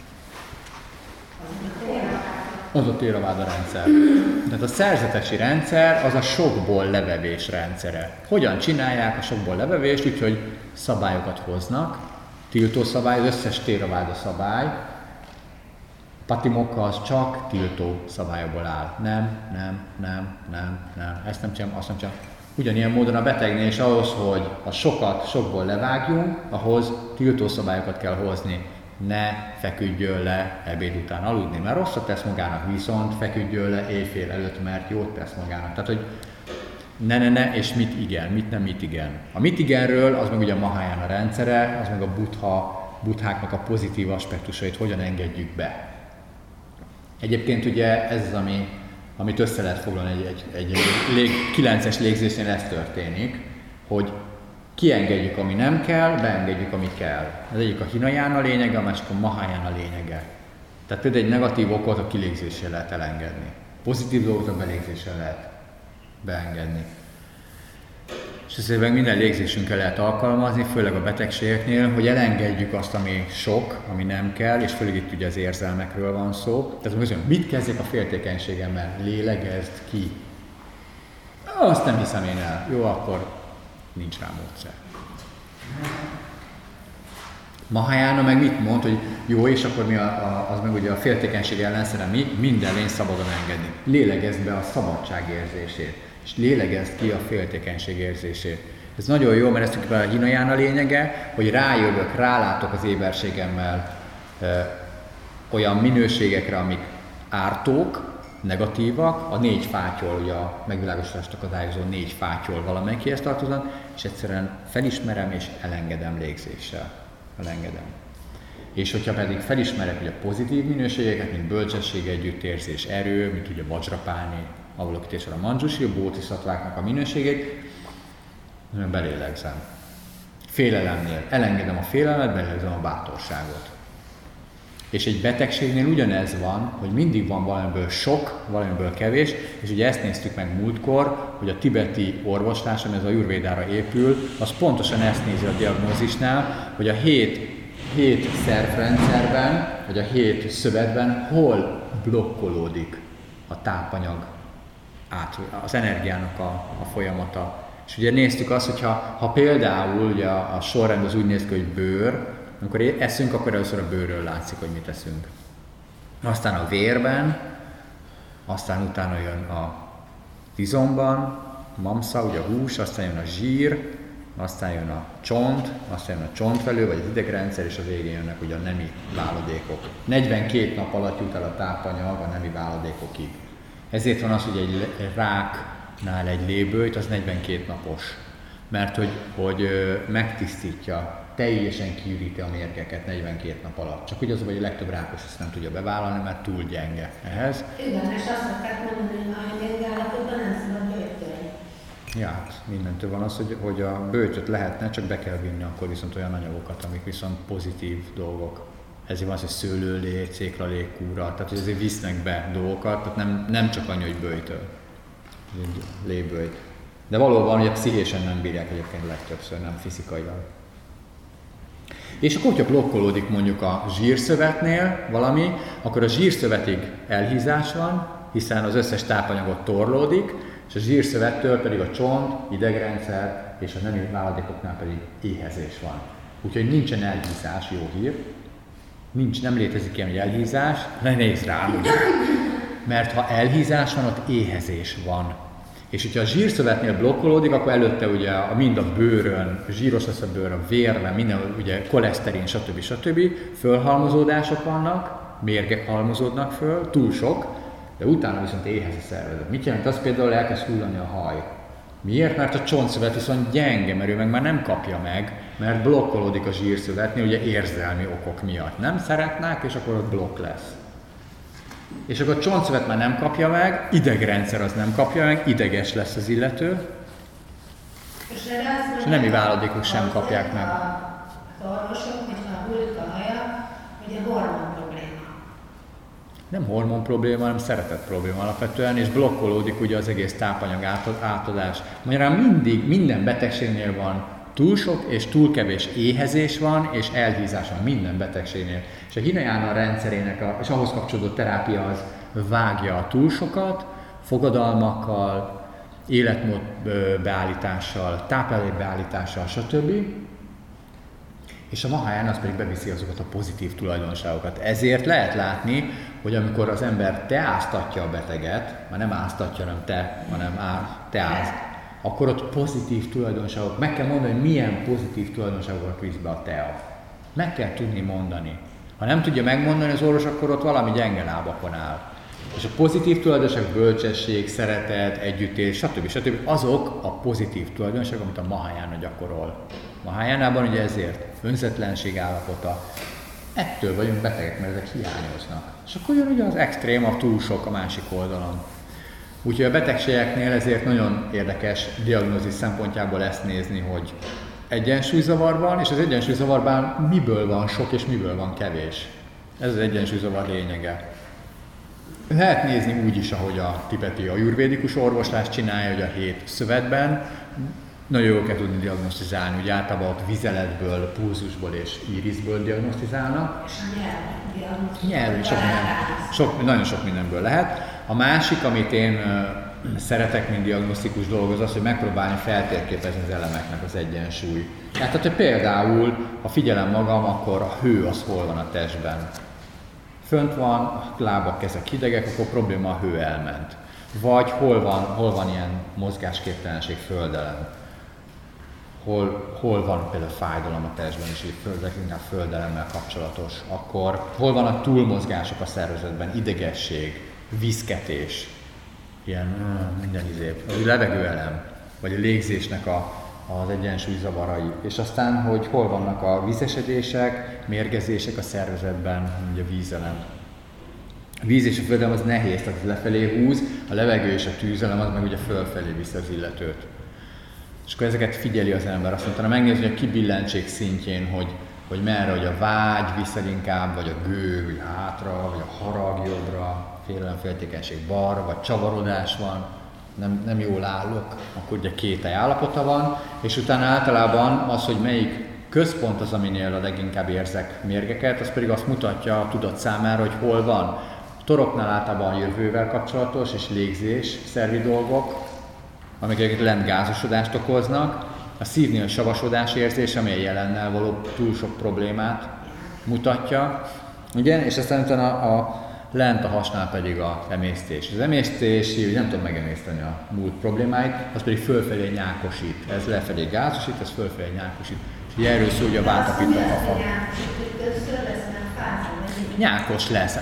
Az a Theravada rendszer. Tehát a szerzetesi rendszer az a sokból levevés rendszere. Hogyan csinálják a sokból levevést? Úgyhogy szabályokat hoznak, tiltó szabály, az összes Theravada szabály. Patimokkha az csak tiltó szabályokból áll. Nem. Ezt nem csinálom, azt nem csinálom. Ugyanilyen módon a betegnél is ahhoz, hogy a sokból levágjunk, ahhoz tiltó szabályokat kell hozni. Ne feküdjön le ebéd után aludni, mert rosszat tesz magának, viszont feküdjön le éjfél előtt, mert jót tesz magának. Tehát, hogy ne, és mit igen, mit nem, mit igen. A mit igenről, az meg ugye a Mahayana rendszere, az meg a buddháknak a pozitív aspektusait hogyan engedjük be. Egyébként ugye ez az, amit össze lehet foglalni egy 9-es légzésnél, ez történik, hogy kiengedjük, ami nem kell, beengedjük, ami kell. Ez egyik a Hinayana lényege, a másik a Mahayana lényege. Tehát például egy negatív okot a kilégzéssel lehet elengedni. Pozitív dolgot a belégzéssel lehet beengedni. És ezért meg minden légzésünkkel lehet alkalmazni, főleg a betegségeknél, hogy elengedjük azt, ami sok, ami nem kell, és főleg itt ugye az érzelmekről van szó. Tehát mondjuk, mit kezdjek a féltékenységemmel? Lélegezd ki. Azt nem hiszem én el. Jó, akkor nincs rá módszer. Mahayana meg mit mond, hogy jó, és akkor mi az meg ugye a féltékenység ellenszere minden lény szabadon engedni. Lélegezd be a szabadság érzését, és lélegezd ki a féltékenység érzését. Ez nagyon jó, mert ez a Hinayana lényege, hogy rálátok az éberségemmel olyan minőségekre, amik ártók, negatívak, a 4 fátyol, ugye a megvilágosodást akadályozó 4 fátyol valamelyikéhez tartoznak, és egyszerűen felismerem és elengedem légzéssel. Elengedem. És hogyha pedig felismerek ugye pozitív minőségeket, mint bölcsesség, együttérzés, erő, mint ugye Vajrapáni, avalokítésre a Manjushri, a bódhisattváknak a minőségét, belélegzem. Félelemnél elengedem a félelmet, belélegzem a bátorságot. És egy betegségnél ugyanez van, hogy mindig van valamiből sok, valamiből kevés, és ugye ezt néztük meg múltkor, hogy a tibeti orvoslás, ami az Ayurvédára épül, az pontosan ezt nézi a diagnózisnál, hogy a 7 szervrendszerben, vagy a 7 szövetben hol blokkolódik a tápanyag, az energiának a folyamata. És ugye néztük azt, hogy ha például ugye a sorrend az úgy néz ki, hogy bőr, amikor eszünk, akkor először a bőrről látszik, hogy mit eszünk. Aztán a vérben, aztán utána jön a izomban, mamsa, ugye a hús, aztán jön a zsír, aztán jön a csont, aztán jön a csontvelő, vagy az idegrendszer, és a végén jönnek ugye a nemi váladékok. 42 nap alatt jut el a tápanyag a nemi váladékokig. Ezért van az, hogy egy ráknál egy lébőjt, az 42 napos. Mert hogy megtisztítja, teljesen kiüríti a mérgeket 42 nap alatt. Csak ugye az, hogy a legtöbb rákos ezt nem tudja bevállalni, mert túl gyenge ehhez. Igen, és azt szokták mondani, hogy a gyenge állapotban nem szabad bőjtölni. Ja, hát mindentől van az, hogy a bőjtöt lehetne, csak be kell vinni akkor viszont olyan anyagokat, amik viszont pozitív dolgok. Ezért van az, hogy szőlőlé, céklálé, kúra, tehát hogy azért visznek be dolgokat, tehát nem csak annyi, hogy bőjtöl, lébőjt. De valóban, hogy a pszichésen nem bírják egyébként legtöbbször, nem fizikailag. És akkor, hogyha blokkolódik mondjuk a zsírszövetnél valami, akkor a zsírszövetig elhízás van, hiszen az összes tápanyagot torlódik, és a zsírszövettől pedig a csont, idegrendszer és a nemi váladékoknál pedig éhezés van. Úgyhogy nincsen elhízás, jó hír. Nem létezik ilyen, hogy elhízás, ne nézz rám, ugye? Mert ha elhízás van, ott éhezés van. És hogyha a zsírszövetnél blokkolódik, akkor előtte ugye mind a bőrön, zsíros lesz a bőr, a vérben, minden ugye koleszterin, stb. Fölhalmozódások vannak, mérgek halmozódnak föl, túl sok, de utána viszont éhez a szervezet. Mit jelent az? Például elkezd hullani a haj. Miért? Mert a csontszövet viszont gyenge, mert ő meg már nem kapja meg, mert blokkolódik a zsírszövetnél, ugye érzelmi okok miatt. Nem szeretnek, és akkor ott blokk lesz. És akkor a csontszövet már nem kapja meg, idegrendszer az nem kapja meg, ideges lesz az illető, és a nemi váladékok sem kapják meg. Az orvosok, hogyha hullik a haja, ugye hormon probléma. Nem hormon probléma, hanem szeretet probléma alapvetően, és blokkolódik ugye az egész tápanyag átadás. Magyarán minden betegségnél van túl sok és túl kevés éhezés van, és elhízás van minden betegségnél. És a Hinayana rendszerének, és ahhoz kapcsolódó terápia az vágja a túl sokat, fogadalmakkal, életmód beállítással, táplálék beállítással, stb. És a Mahayana az pedig beviszi azokat a pozitív tulajdonságokat. Ezért lehet látni, hogy amikor az ember teáztatja a beteget, már nem áztatja, hanem teáz, akkor ott pozitív tulajdonságok, meg kell mondani, hogy milyen pozitív tulajdonságokat visz be a tea. Meg kell tudni mondani. Ha nem tudja megmondani az orvos, akkor ott valami gyenge lábakon áll. És a pozitív tulajdonságok, bölcsesség, szeretet, együttés, stb. Azok a pozitív tulajdonságok, amit a Mahayana gyakorol. Mahayánában ugye ezért önzetlenség állapota, ettől vagyunk betegek, mert ezek hiányoznak. És akkor jön ugye az extrém, a túl sok a másik oldalon. Úgyhogy a betegségeknél ezért nagyon érdekes diagnózis szempontjából ezt nézni, hogy egyensúlyzavar van, és az egyensúlyzavarban miből van sok és miből van kevés. Ez az egyensúlyzavar lényege. Lehet nézni úgy is, ahogy a tibeti ajurvédikus orvoslás csinálja, hogy a 7 szövetben nagyon jól kell tudni diagnosztizálni, hogy általában ott vizeletből, pulzusból és íriszből diagnosztizálnak. És a nyelv nagyon sok mindenből lehet. A másik, amit én szeretek, mint diagnosztikus dolog, az az, hogy megpróbálni feltérképezni az elemeknek az egyensúly. Tehát, hogy például, ha figyelem magam, akkor a hő az hol van a testben. Fönt van, a lábak, kezek hidegek, akkor probléma, a hő elment. Vagy hol van ilyen mozgásképtelenség, földelem. Hol van például fájdalom a testben, és inkább földelemmel kapcsolatos. Akkor hol van a túlmozgások a szervezetben, idegesség, viszketés, ilyen minden a levegőelem, vagy a légzésnek az egyensúly zavarai. És aztán, hogy hol vannak a vízesedések, mérgezések a szervezetben, ugye a vízelem. A víz és a földelem az nehéz, tehát lefelé húz, a levegő és a tűzelem az meg ugye fölfelé viszi az illetőt. És akkor ezeket figyeli az ember, azt mondta, megnézni a kibillentség szintjén, hogy merre, hogy a vágy visz inkább, vagy a gő, vagy hátra, vagy a harag jobbra, félelemféltékenység balra, vagy csavarodás van, nem jól állok, akkor ugye kételj állapota van, és utána általában az, hogy melyik központ az, aminél a leginkább érzek mérgeket, az pedig azt mutatja a tudat számára, hogy hol van. A toroknál általában a jövővel kapcsolatos és légzés, szervi dolgok, amik lent gázosodást okoznak, a szívnél a savasodás érzés, amely jelennel való túl sok problémát mutatja, ugye? És aztán utána lent a hasnál pedig a emésztés. Az emésztési, hogy nem tudom megemészteni a múlt problémáit, az pedig fölfelé nyákosít. Ez lefelé gázosít, ez fölfelé nyákosít. És erről szól, hogy a vátapít a kafa. Nyákos lesz.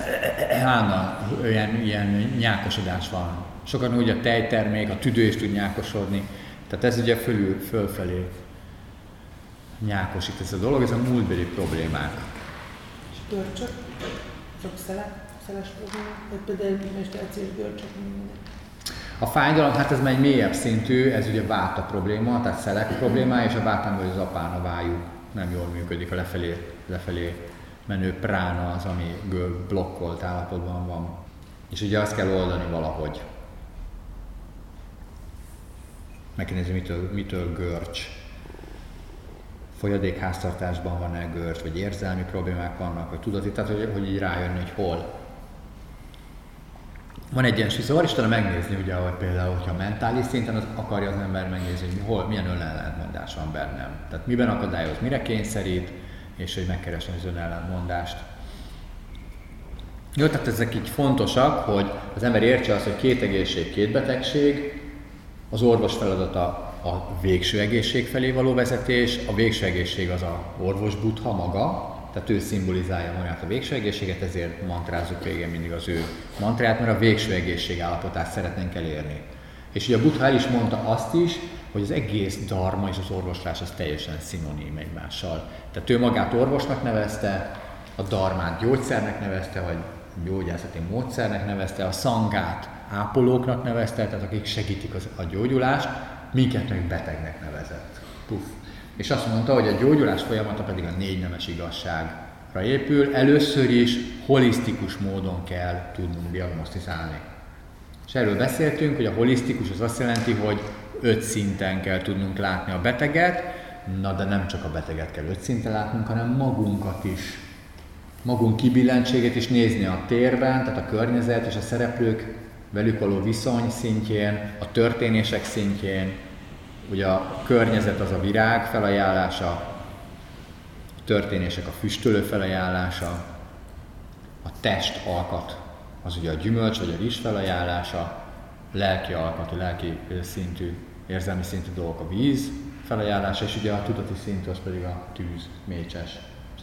Ilyen nyákosodás van. Sokan ugye a tejtermék, a tüdő is tud nyákosodni. Tehát ez ugye fölfelé nyákosít ez a dolog, ez a múltbeli problémák. És görcsök? Sok szeles problémák? Vagy például menstruációs görcsök mindenek? A fájdalom, hát ez már egy mélyebb szintű, ez ugye váta probléma, tehát szelek problémája, és a vátán vagy az apána vájú nem jól működik, a lefelé menő prána az, ami blokkolt állapotban van. És ugye azt kell oldani valahogy. Meg kell nézni, mitől görcs. Folyadékháztartásban van-e görcs, vagy érzelmi problémák vannak, vagy tudati, tehát hogy így rájönni, hogy hol. Van egyensúlyzavar, és talán megnézni, ugye, hogy például, hogyha mentális szinten akarja az ember megnézni, hogy milyen önellentmondás van bennem. Tehát miben akadályoz, mire kényszerít, és hogy megkeresni az önellentmondást. Jó, tehát ezek így fontosak, hogy az ember értse azt, hogy 2 egészség, 2 betegség, az orvos feladata a végső egészség felé való vezetés, a végső egészség az a orvos Buddha maga, tehát ő szimbolizálja magát a végső egészséget, ezért mantrázzuk régen mindig az ő mantrát, mert a végső egészség állapotát szeretnénk elérni. És ugye a Buddha el is mondta azt is, hogy az egész dharma és az orvoslás az teljesen szinonim egymással. Tehát ő magát orvosnak nevezte, a dharmát gyógyszernek nevezte, vagy gyógyászati módszernek nevezte, a szangát ápolóknak nevezte, tehát akik segítik a gyógyulást, minket meg betegnek nevezett. Puff. És azt mondta, hogy a gyógyulás folyamata pedig a 4 nemes igazságra épül. Először is holisztikus módon kell tudnunk diagnosztizálni. És erről beszéltünk, hogy a holisztikus az azt jelenti, hogy 5 szinten kell tudnunk látni a beteget, de nem csak a beteget kell 5 szinten látnunk, hanem magunkat is. Magunk kibillentségét is nézni a térben, tehát a környezet és a szereplők velük való viszony szintjén, a történések szintjén. Ugye a környezet az a virág felajánlása, a történések a füstölő felajánlása, a test alkat az ugye a gyümölcs vagy a rizs felajánlása, lelki alkat, a lelki szintű, érzelmi szintű dolgok a víz felajánlása, és ugye a tudati szintű az pedig a tűz, mécses. És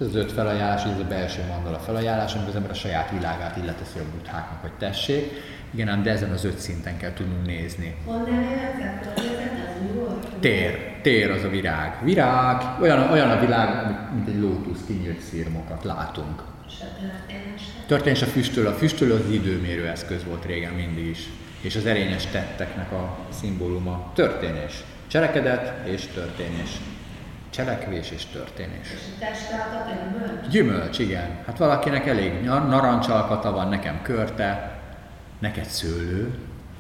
És ez az 5 felajánlás, ez a belső mandala felajánlás, amikor az ember a saját világát illeteszi a buddháknak, hogy tessék. Igen, ám de ezen az 5 szinten kell tudnunk nézni. Honnan érzed, hogy az mi volt? Tér az a virág. Virág, olyan a világ, mint egy lótusz, kinyílt szirmokat látunk. És a történés? Történés a füstölő az időmérő eszköz volt régen mindig is. És az erényes tetteknek a szimbóluma történés. Cselekedet és történés. Cselekvés és történés. És a testalkat egy gyümölcs? Gyümölcs, igen. Hát valakinek elég narancsalkata van, nekem körte, neked szőlő.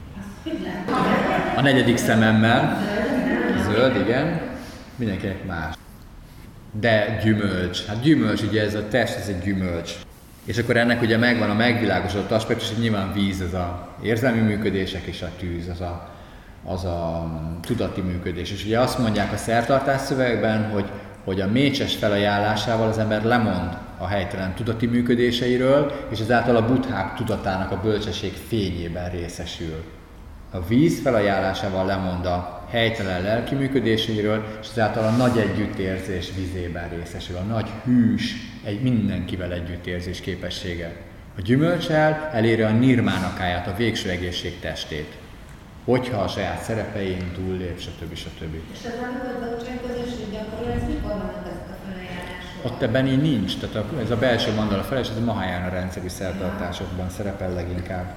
A 4. szememmel. Zöld, igen. Mindenkinek más. De gyümölcs. Hát gyümölcs, ugye ez a test, ez egy gyümölcs. És akkor ennek ugye megvan a megvilágosodott aspektus, hogy nyilván víz, az a érzelmi működések, és a tűz, az a tudati működés. És ugye azt mondják a szertartás szövegben, hogy a mécses felajánlásával az ember lemond a helytelen tudati működéseiről, és ezáltal a buddhák tudatának a bölcsesség fényében részesül. A víz felajánlásával lemond a helytelen lelki működéseiről, és ezáltal a nagy együttérzés vizében részesül, a nagy hűs, egy mindenkivel együttérzés képessége. A gyümölcsel eléri a nirmánakáját, a végső egészség testét, hogyha a saját szerepein túllép, stb. És ez amikor bölcselkedését gyakorol, ez mikor vannak ezek a felajánlások? Ott ebben így nincs, tehát ez a belső mandala felajánlás, ez a Mahayana rendszerű szertartásokban szerepel leginkább.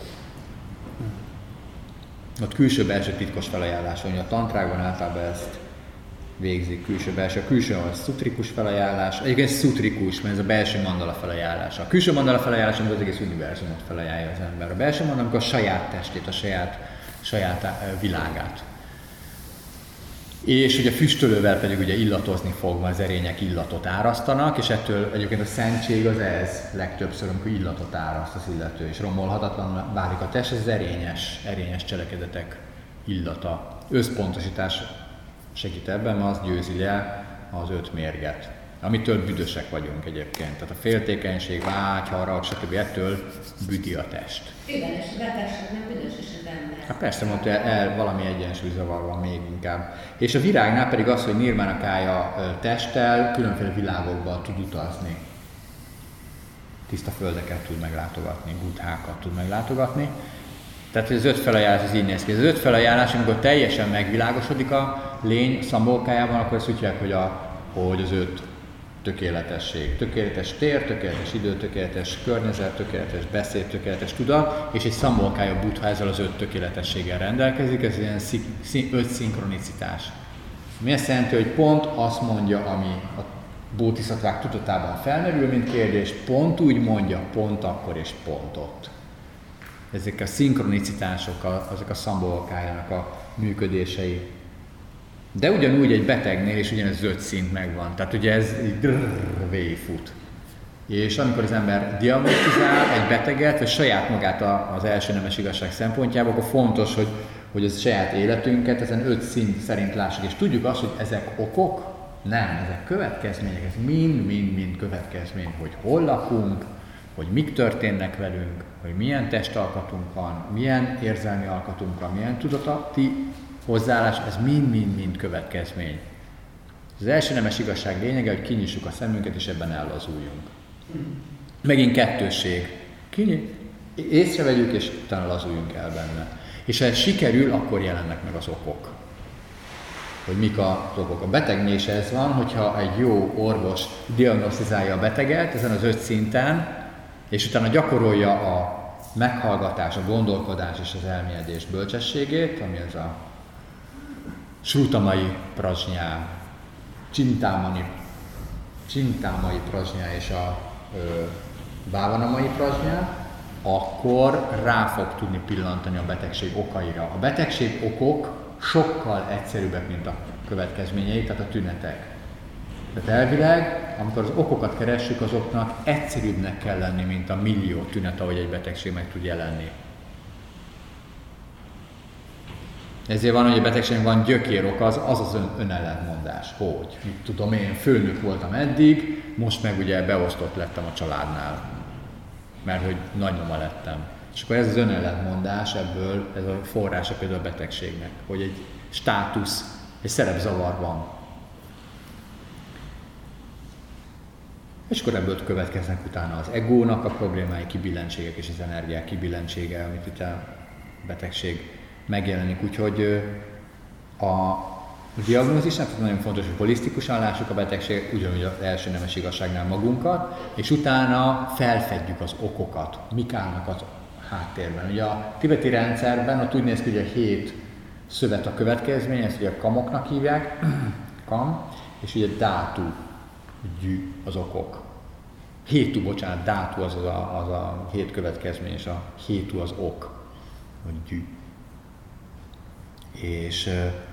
Ott külső-belső titkos felajánlás van, a tantrákban általában ezt végzik külső-belső. A külső az szutrikus felajánlás, egyébként szutrikus, mert ez a belső mandala felajánlása. A külső mandala felajánlás, amikor az egész univerzumot felajánlja az ember. A belső mandala, amikor a saját testét, a saját világát. És ugye füstölővel pedig ugye illatozni fog, az erények illatot árasztanak, és ettől egyébként a szentség az ez legtöbbször, amikor illatot áraszt az illető, és romolhatatlan válik a test, ez az erényes cselekedetek illata. Összpontosítás segít ebben, mert az győzi le az 5 mérget, amitől büdösek vagyunk egyébként. Tehát a féltékenység, vágy, harag, stb. Ettől büdi a test. Igen, és a betegségnek büdös is az ember. Hát persze, mondta, valami egyensúlyzavar van még inkább. És a virágnál pedig az, hogy nirmánakája testtel különféle világokba tud utazni. Tiszta földeket tud meglátogatni, buddhákat tud meglátogatni. Tehát az 5 felajánlás az így néz ki. Az 5 felajánlás, amikor teljesen megvilágosodik a lény szambolkájában, akkor ezt úgy hívják, hogy az 5 tökéletesség. Tökéletes tér, tökéletes idő, tökéletes környezet, tökéletes beszéd, tökéletes tudat, és egy szambolkája buddha ezzel az 5 tökéletességgel rendelkezik, ez ilyen 5 szinkronicitás. Mi azt jelenti, hogy pont azt mondja, ami a bódhiszattvák tudatában felmerül, mint kérdés, pont úgy mondja, pont akkor és pont ott. Ezek a szinkronicitások, azok a szambolkájának a működései. De ugyanúgy egy betegnél is ugyanez 5 szint megvan. Tehát ugye ez végigfut. És amikor az ember diagnosztizál egy beteget, vagy saját magát az első nemes igazság szempontjából, akkor fontos, hogy az saját életünket ezen 5 szint szerint lássuk. És tudjuk azt, hogy ezek okok, nem, ezek következmények, ez mind következmény, hogy hol lakunk, hogy mik történnek velünk, hogy milyen testalkatunk van, milyen érzelmi alkatunk van, milyen tudati hozzáállás, ez mind következmény. Az első nemes igazság lényege, hogy kinyissuk a szemünket, és ebben ellazuljunk. Megint kettősség. Észrevegyük, és utána lazuljunk el benne. És ha ez sikerül, akkor jelennek meg az okok. Hogy mik az okok. A betegnél is ez van, hogyha egy jó orvos diagnosztizálja a beteget ezen az 5 szinten, és utána gyakorolja a meghallgatás, a gondolkodás és az elmélyedés bölcsességét, ami ez a Srutamai prajñá, Csintámai prajñá és a Bávanamai prajñá, akkor rá fog tudni pillantani a betegség okaira. A betegség okok sokkal egyszerűbbek, mint a következményei, tehát a tünetek. Tehát elvileg, amikor az okokat keressük, azoknak egyszerűbbnek kell lenni, mint a millió tünet, ahogy egy betegség meg tud jelenni. Ezért van, hogy a betegségnek van gyökérok, az önellentmondás. Hogy? Mit tudom én, főnök voltam eddig, most meg ugye beosztott lettem a családnál. Mert hogy nagymama lettem. És akkor ez az önellentmondás, ebből ez a forrása például a betegségnek. Hogy egy státusz, egy szerepzavar van. És akkor ebből következnek utána az egónak a problémái, kibillentségek és az energiák kibillentsége, amit itt a betegség megjelenik. Úgyhogy a diagnózisnak nagyon fontos, hogy holisztikusan lássuk a betegséget, ugyanúgy az első nemes igazságnál magunkat, és utána felfedjük az okokat, mik állnak az háttérben. Ugye a tibeti rendszerben ott úgy néz ki, hogy a 7 szövet a következmény, ezt ugye kamoknak hívják, kam, és ugye dátu, gyű az okok. Hétu, bocsánat, dátu az a 7 következmény, és a hétu az ok, vagy gyű. És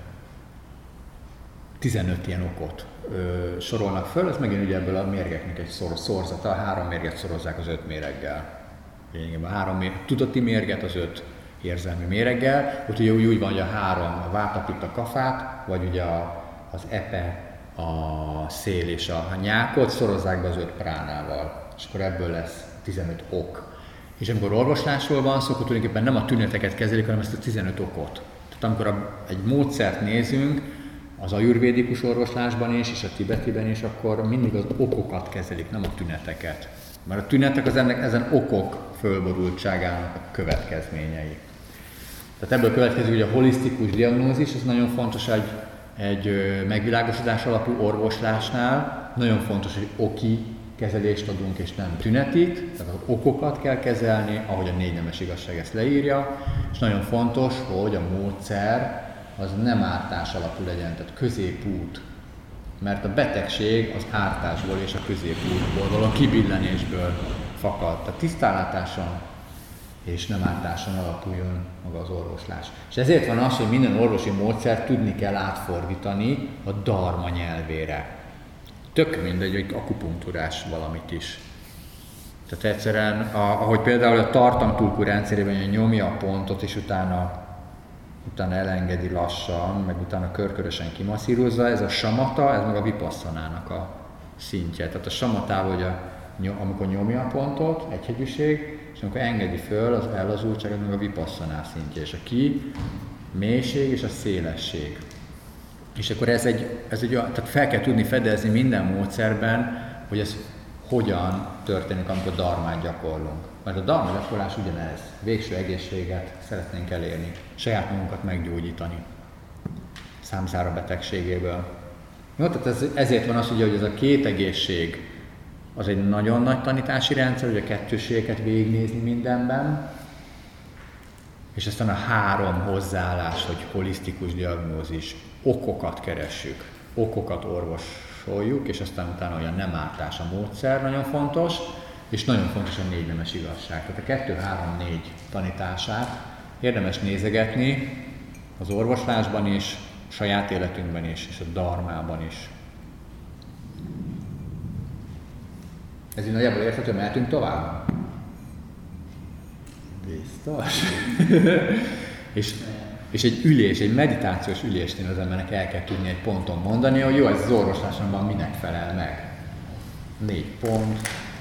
15 ilyen okot sorolnak föl, ez megint ugye ebből a mérgeknek egy szorzata, a 3 mérget szorozzák az 5 méreggel. Lényegében a 3 tudati mérget az 5 érzelmi méreggel, úgyhogy úgy van, hogy a 3 a váta, pitta, kafát, vagy ugye az epe, a szél és a nyákot szorozzák be az 5 pránával, és akkor ebből lesz 15 ok. És amikor orvoslásról van szó, akkor tulajdonképpen nem a tüneteket kezelik, hanem ezt a 15 okot. Tehát amikor egy módszert nézünk, az ajurvédikus orvoslásban is, és a tibetiben is, akkor mindig az okokat kezelik, nem a tüneteket. Mert a tünetek az ezen okok fölborultságának a következményei. Tehát ebből következik, hogy a holisztikus diagnózis, ez nagyon fontos egy megvilágosodás alapú orvoslásnál. Nagyon fontos, hogy oki kezelést adunk, és nem tünetit, tehát az okokat kell kezelni, ahogy a 4 nemes igazság ezt leírja, és nagyon fontos, hogy a módszer az nem ártás alapú legyen, tehát középút, mert a betegség az ártásból és a középútból való kibillenésből fakad, tehát tisztánlátáson és nem ártáson alapuljon maga az orvoslás. És ezért van az, hogy minden orvosi módszert tudni kell átfordítani a dharma nyelvére. Tök mindegy, hogy akupunktúrás valamit is. Tehát egyszerűen, ahogy például a tartamtulkú rendszerében nyomja a pontot, és utána elengedi lassan, meg utána körkörösen kimasszírozza, ez a samata, ez meg a vipassanának a szintje. Tehát a samatával, hogy amikor nyomja a pontot, egyhegyűség, és amikor engedi föl, az ellazultság, ez meg a vipassaná szintje, és a ki, mélység és a szélesség. És akkor tehát fel kell tudni fedezni minden módszerben, hogy ez hogyan történik, amikor dharmát gyakorlunk. Mert a dharma gyakorlás ugyanez, végső egészséget szeretnénk elérni, saját magunkat meggyógyítani számszára betegségéből. Jó, tehát ezért van az, ugye, hogy ez a 2 egészség, az egy nagyon nagy tanítási rendszer, hogy a kettősségeket végignézni mindenben, és aztán a 3 hozzáállás, hogy holisztikus diagnózis, okokat keressük, okokat orvosoljuk, és aztán utána olyan nem ártás a módszer nagyon fontos, és nagyon fontos a 4 nemes igazság. Tehát a 2, 3, 4 tanítását érdemes nézegetni az orvoslásban is, saját életünkben is, és a dharmában is. Ez így nagyjából érthető, mehetünk tovább? Biztos. és egy meditációs ülésnél az embernek el kell tudni egy ponton mondani, hogy jó, ez az orvoslásomban minek felel meg. 4 pont,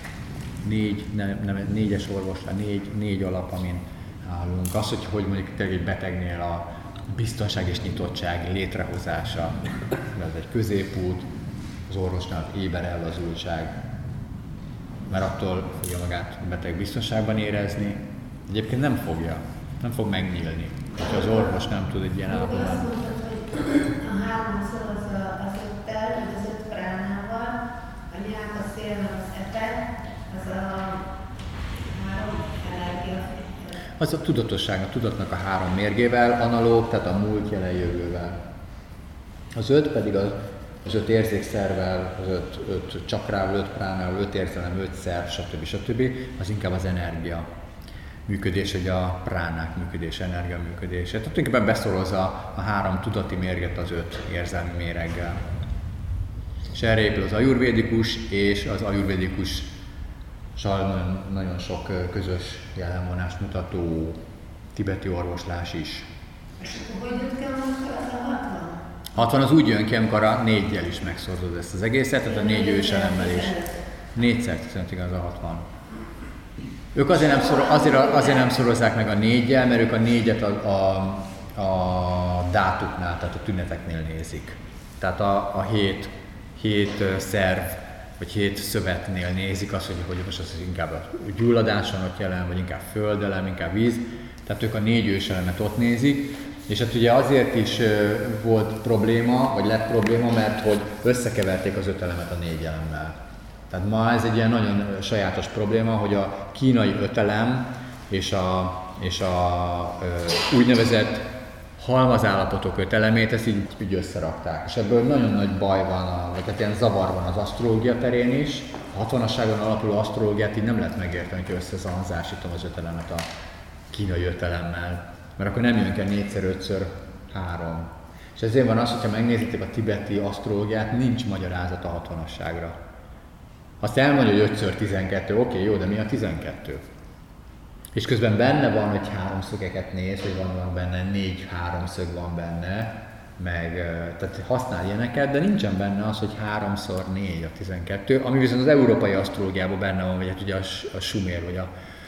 4-es orvoslás, 4 alap, amin állunk. Az, hogy mondjuk egy betegnél a biztonság és nyitottság létrehozása, ez egy középút, az orvosnál éber ellazultság, mert attól fogja magát a beteg biztonságban érezni. Egyébként nem fog megnyílni, hogyha az orvos nem tud egy ilyen állapotban. A 3-szor az 5-tel, az 5 pránával, a nyák, a szél, az epe, az a 3 energia. Az a tudatosság, a tudatnak a 3 mérgével analóg, tehát a múlt, jelen, jövővel. Az 5 pedig az 5 érzékszervel, az 5 csakrával, 5 pránával, 5 érzelem, 5 szerv, stb. Az inkább az energia működés, hogy a pránák működése, energia működése. Tehát tulajdonképpen beszorozza a 3 tudati mérget az 5 érzelmi méreggel. És erre épül az ajurvédikus, és az ajurvédikus nagyon sok közös jellemvonást mutató tibeti orvoslás is. És akkor hogy jött ki az a 60? 60 az úgy jön ki, amikor a 4-jel is megszorozod ezt az egészet, tehát a 4 őselemmel is. 4-szer igaz a 60. Ők azért nem szorozzák meg a 4-jel, mert ők a 4-et a dátuknál, tehát a tüneteknél nézik. Tehát a 7 szerv vagy 7 szövetnél nézik azt, hogy most az inkább a gyulladáson ott jelen, vagy inkább földelem, inkább víz. Tehát ők a 4 őselemet ott nézik, és hát ugye azért is volt probléma, vagy lett probléma, mert hogy összekeverték az 5 elemet a 4 elemmel. Tehát ma ez egy ilyen nagyon sajátos probléma, hogy a kínai 5 elem és a úgynevezett halmazállapotok 5 elemét, ezt így összerakták. És ebből nagyon nagy baj van, vagy hát ilyen zavar van az asztrológia terén is. A 60-asságon alapuló asztrológiát így nem lehet megérteni, hogy összezanzásítom az 5 elemet a kínai 5 elemmel. Mert akkor nem jön kell 4x5x3. És ezért van az, hogyha megnézitek a tibeti asztrológiát, nincs magyarázat a 60-asságra. Azt elmondja, hogy 5x12, oké, jó, de mi a 12? És közben benne van, hogy háromszögeket néz, hogy van benne 4 háromszög van benne, meg, tehát használ ilyeneket, de nincsen benne az, hogy 3x4 a 12, ami viszont az európai asztrológiában benne van, vagy hát ugye a sumér, vagy a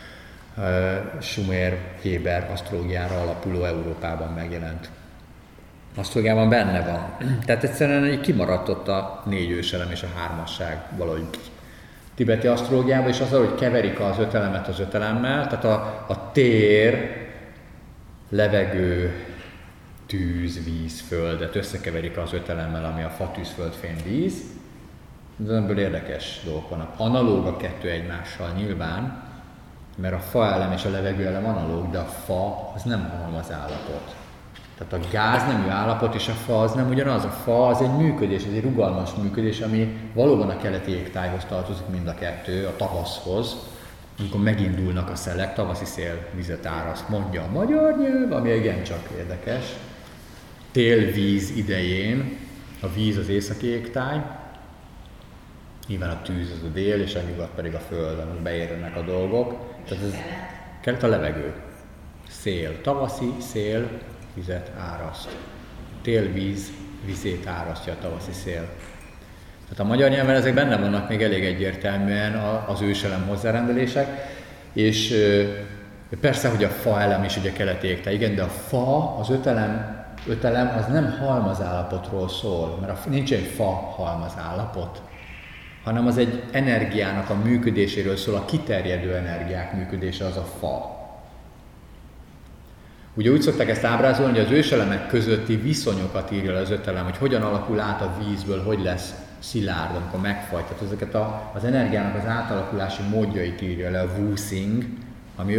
sumér-héber asztrológiára alapuló Európában megjelent asztrológiában benne van. Tehát egyszerűen így kimaradt ott a 4 őselem és a 3-asság valahogy tibeti asztrológiában, és azzal, hogy keverik az 5 elemet az 5 elemmel, tehát a tér, levegő, tűz, víz, földet összekeverik az 5 elemmel, ami a fa, tűz, föld, fém, víz. De ebből érdekes dolgok vannak. Analóg a 2 egymással nyilván, mert a fa elem és a levegő elem analóg, de a fa az nem halmazállapot. Tehát a gáz nemű állapot és a fa az nem ugyanaz. A fa az egy működés, ez egy rugalmas működés, ami valóban a keleti égtájhoz tartozik mind a kettő, a tavaszhoz. Amikor megindulnak a szelek, tavaszi szél vizet áraszt, mondja a magyar nyelv, ami igencsak érdekes. Tél-víz idején a víz az északi égtáj, nyilván a tűz az a dél, és a nyugat pedig a föld, ahol beérnek a dolgok. Tehát ez kelet a levegő. Szél, tavaszi szél vizet áraszt. Télvíz vizét árasztja a tavaszi szél. Tehát a magyar nyelven ezek benne vannak még elég egyértelműen az őselem hozzárendelések, és persze, hogy a fa elem is ugye keleti égtáj, igen, de a fa, az 5 elem az nem halmazállapotról szól, mert nincs egy fa halmazállapot, hanem az egy energiának a működéséről szól, a kiterjedő energiák működése az a fa. Ugye úgy szokták ezt ábrázolni, hogy az őselemek közötti viszonyokat írja le az 5 elem, hogy hogyan alakul át a vízből, hogy lesz szilárd, amikor megfagy. Tehát ezeket az energiának az átalakulási módjait írja le a Wu-Xing, ami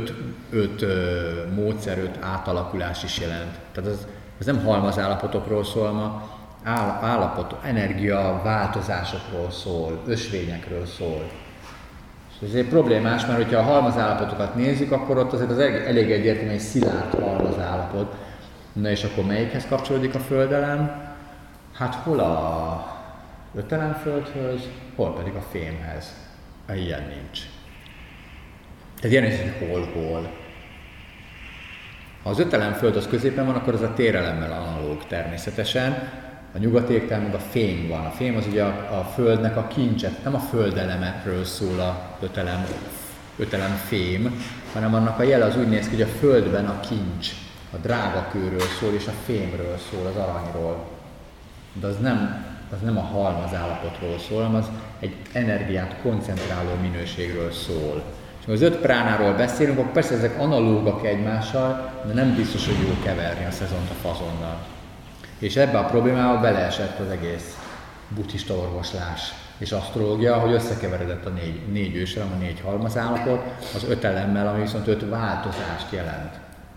5 módszer, 5 átalakulás is jelent. Tehát ez nem halmazállapotokról szól, ma energia változásokról szól, ösvényekről szól. És ezért problémás, mert hogyha a halmazállapotokat nézzük, akkor ott azért az elég egyértelmű egy szilárd halmazállapot. Na és akkor melyikhez kapcsolódik a földelem? Hát hol a 5 elem földhöz, hol pedig a fémhez. Ilyen nincs. Tehát ilyen is, hogy hol. Ha az 5 elem föld az középen van, akkor az a térelemmel analóg természetesen. A nyugati égtáj meg a fém van. A fém az ugye a földnek a kincse, nem a földelemről szól a 5 elem fém, hanem annak a jele az úgy néz ki, hogy a földben a kincs, a drágakőről szól, és a fémről szól, az aranyról. De az nem a halmazállapotról szól, hanem az egy energiát koncentráló minőségről szól. És ha az 5 pránáról beszélünk, akkor persze ezek analógak egymással, de nem biztos, hogy jó keverni a szezont a fazonnal. És ebbe a problémába beleesett az egész buddhista orvoslás és asztrológia, hogy összekeveredett a 4 őselem, a 4 halmazállapot, az 5 elemmel, ami viszont 5 változást jelent.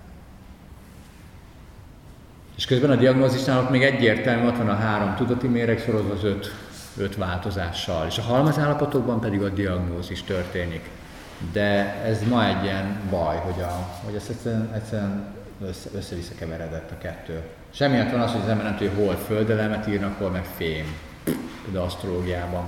És közben a diagnózisnál ott még egyértelmű, ott van a 3 tudati méreg szorozva az 5 változással, és a halmazállapotokban pedig a diagnózis történik. De ez ma egy ilyen baj, hogy ez egyszerűen össze-vissza keveredett a kettő. És emiatt van az, hogy az ember nem tudja, hol földelemet írnak, hol meg fém. De asztrológiában.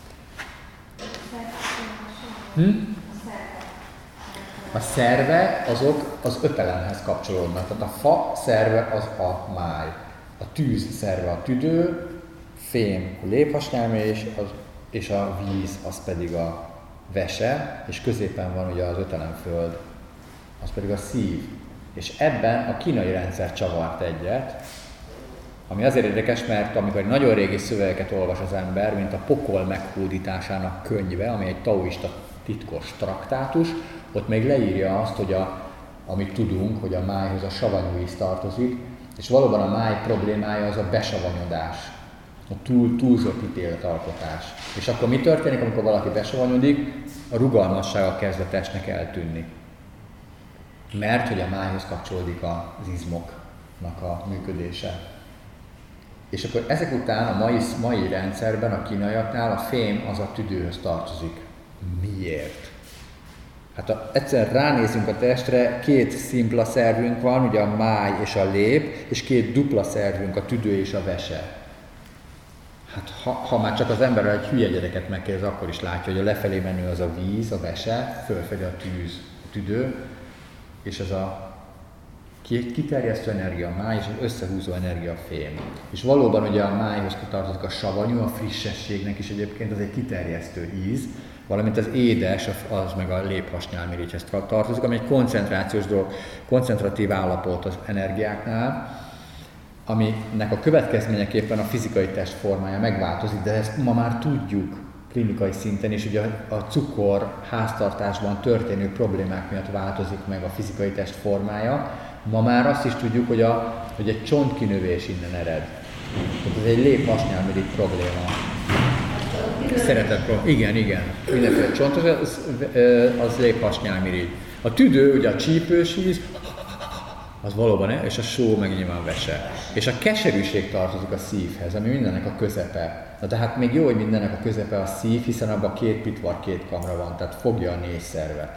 A szervek azok az 5 elemhez kapcsolódnak. Tehát a fa szerve az a máj. A tűz szerve a tüdő, fém a léphasnyálmés, és a víz az pedig a vese, és középen van ugye az 5 elem föld, az pedig a szív. És ebben a kínai rendszer csavart egyet, Ami azért érdekes, mert amikor nagyon régi szövegeket olvas az ember, mint a Pokol meghódításának könyve, ami egy taoista titkos traktátus, ott még leírja azt, hogy amit tudunk, hogy a májhoz a savanyú íz tartozik, és valóban a máj problémája az a besavanyodás, a túlzott ítéletalkotás. És akkor mi történik, amikor valaki besavanyodik? A rugalmassága kezd a testnek eltűnni. Mert hogy a májhoz kapcsolódik az izmoknak a működése. És akkor ezek után a mai rendszerben, a kínaiaknál a fém az a tüdőhöz tartozik. Miért? Hát egyszer ránézünk a testre, 2 szimpla szervünk van, ugye a máj és a lép, és 2 dupla szervünk, a tüdő és a vese. Hát ha már csak az ember egy hülye gyereket megkérdez, akkor is látja, hogy a lefelé menő az a víz, a vese, fölfelé a tűz, a tüdő, és ez a kiterjesztő energia a máj, és az összehúzó energia a fém. És valóban ugye a májhoz tartozik a savanyú, a frissességnek is egyébként az egy kiterjesztő íz, valamint az édes, az meg a léphasnyálmirigyhez tartozik, ami egy koncentrációs dolog, koncentratív állapot az energiáknál, aminek a következményeképpen a fizikai testformája megváltozik, de ezt ma már tudjuk klinikai szinten is, ugye a cukor háztartásban történő problémák miatt változik meg a fizikai testformája. Ma már azt is tudjuk, hogy egy csontkinövés innen ered. Tehát ez egy léphasnyálmirigy probléma. Szeretett probléma. Igen. Mindenféle csontos, az léphasnyálmirigy. A tüdő, ugye a csípős íz, az valóban, és a só meg nyilván vese. És a keserűség tartozik a szívhez, ami mindennek a közepe. Na de hát még jó, hogy mindennek a közepe a szív, hiszen abban 2 pitvar, 2 kamra van, tehát fogja a 4 szervet.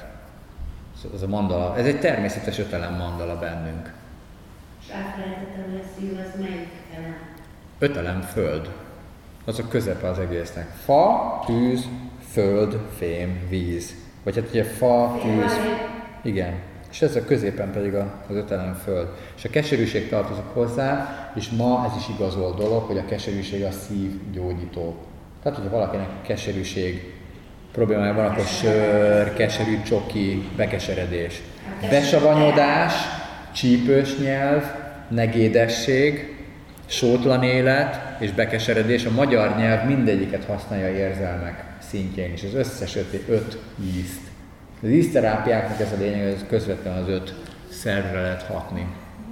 Ez a mandala, ez egy természetes 5 elem mandala bennünk. És elfelejtettem, hogy a szív az melyik elem? 5 elem föld. Az a közepe az egésznek. Fa, tűz, föld, fém, víz. Vagy hát ugye fa, tűz, igen. És ez a középen pedig az 5 elem föld. És a keserűség tartozik hozzá, és ma ez is igazol dolog, hogy a keserűség a szívgyógyító. Tehát, hogyha valakinek keserűség problémája van, akkor sör, keserű csoki, bekeseredés. Besavanyodás, csípős nyelv, negédesség, sótlan élet és bekeseredés. A magyar nyelv mindegyiket használja érzelmek szintjén is, az összes 5 ízt. Az ízterápiáknak ez a lényeg, hogy közvetlenül az 5 szervre lehet hatni.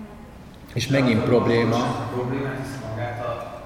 És megint probléma. A problémát hisz magát a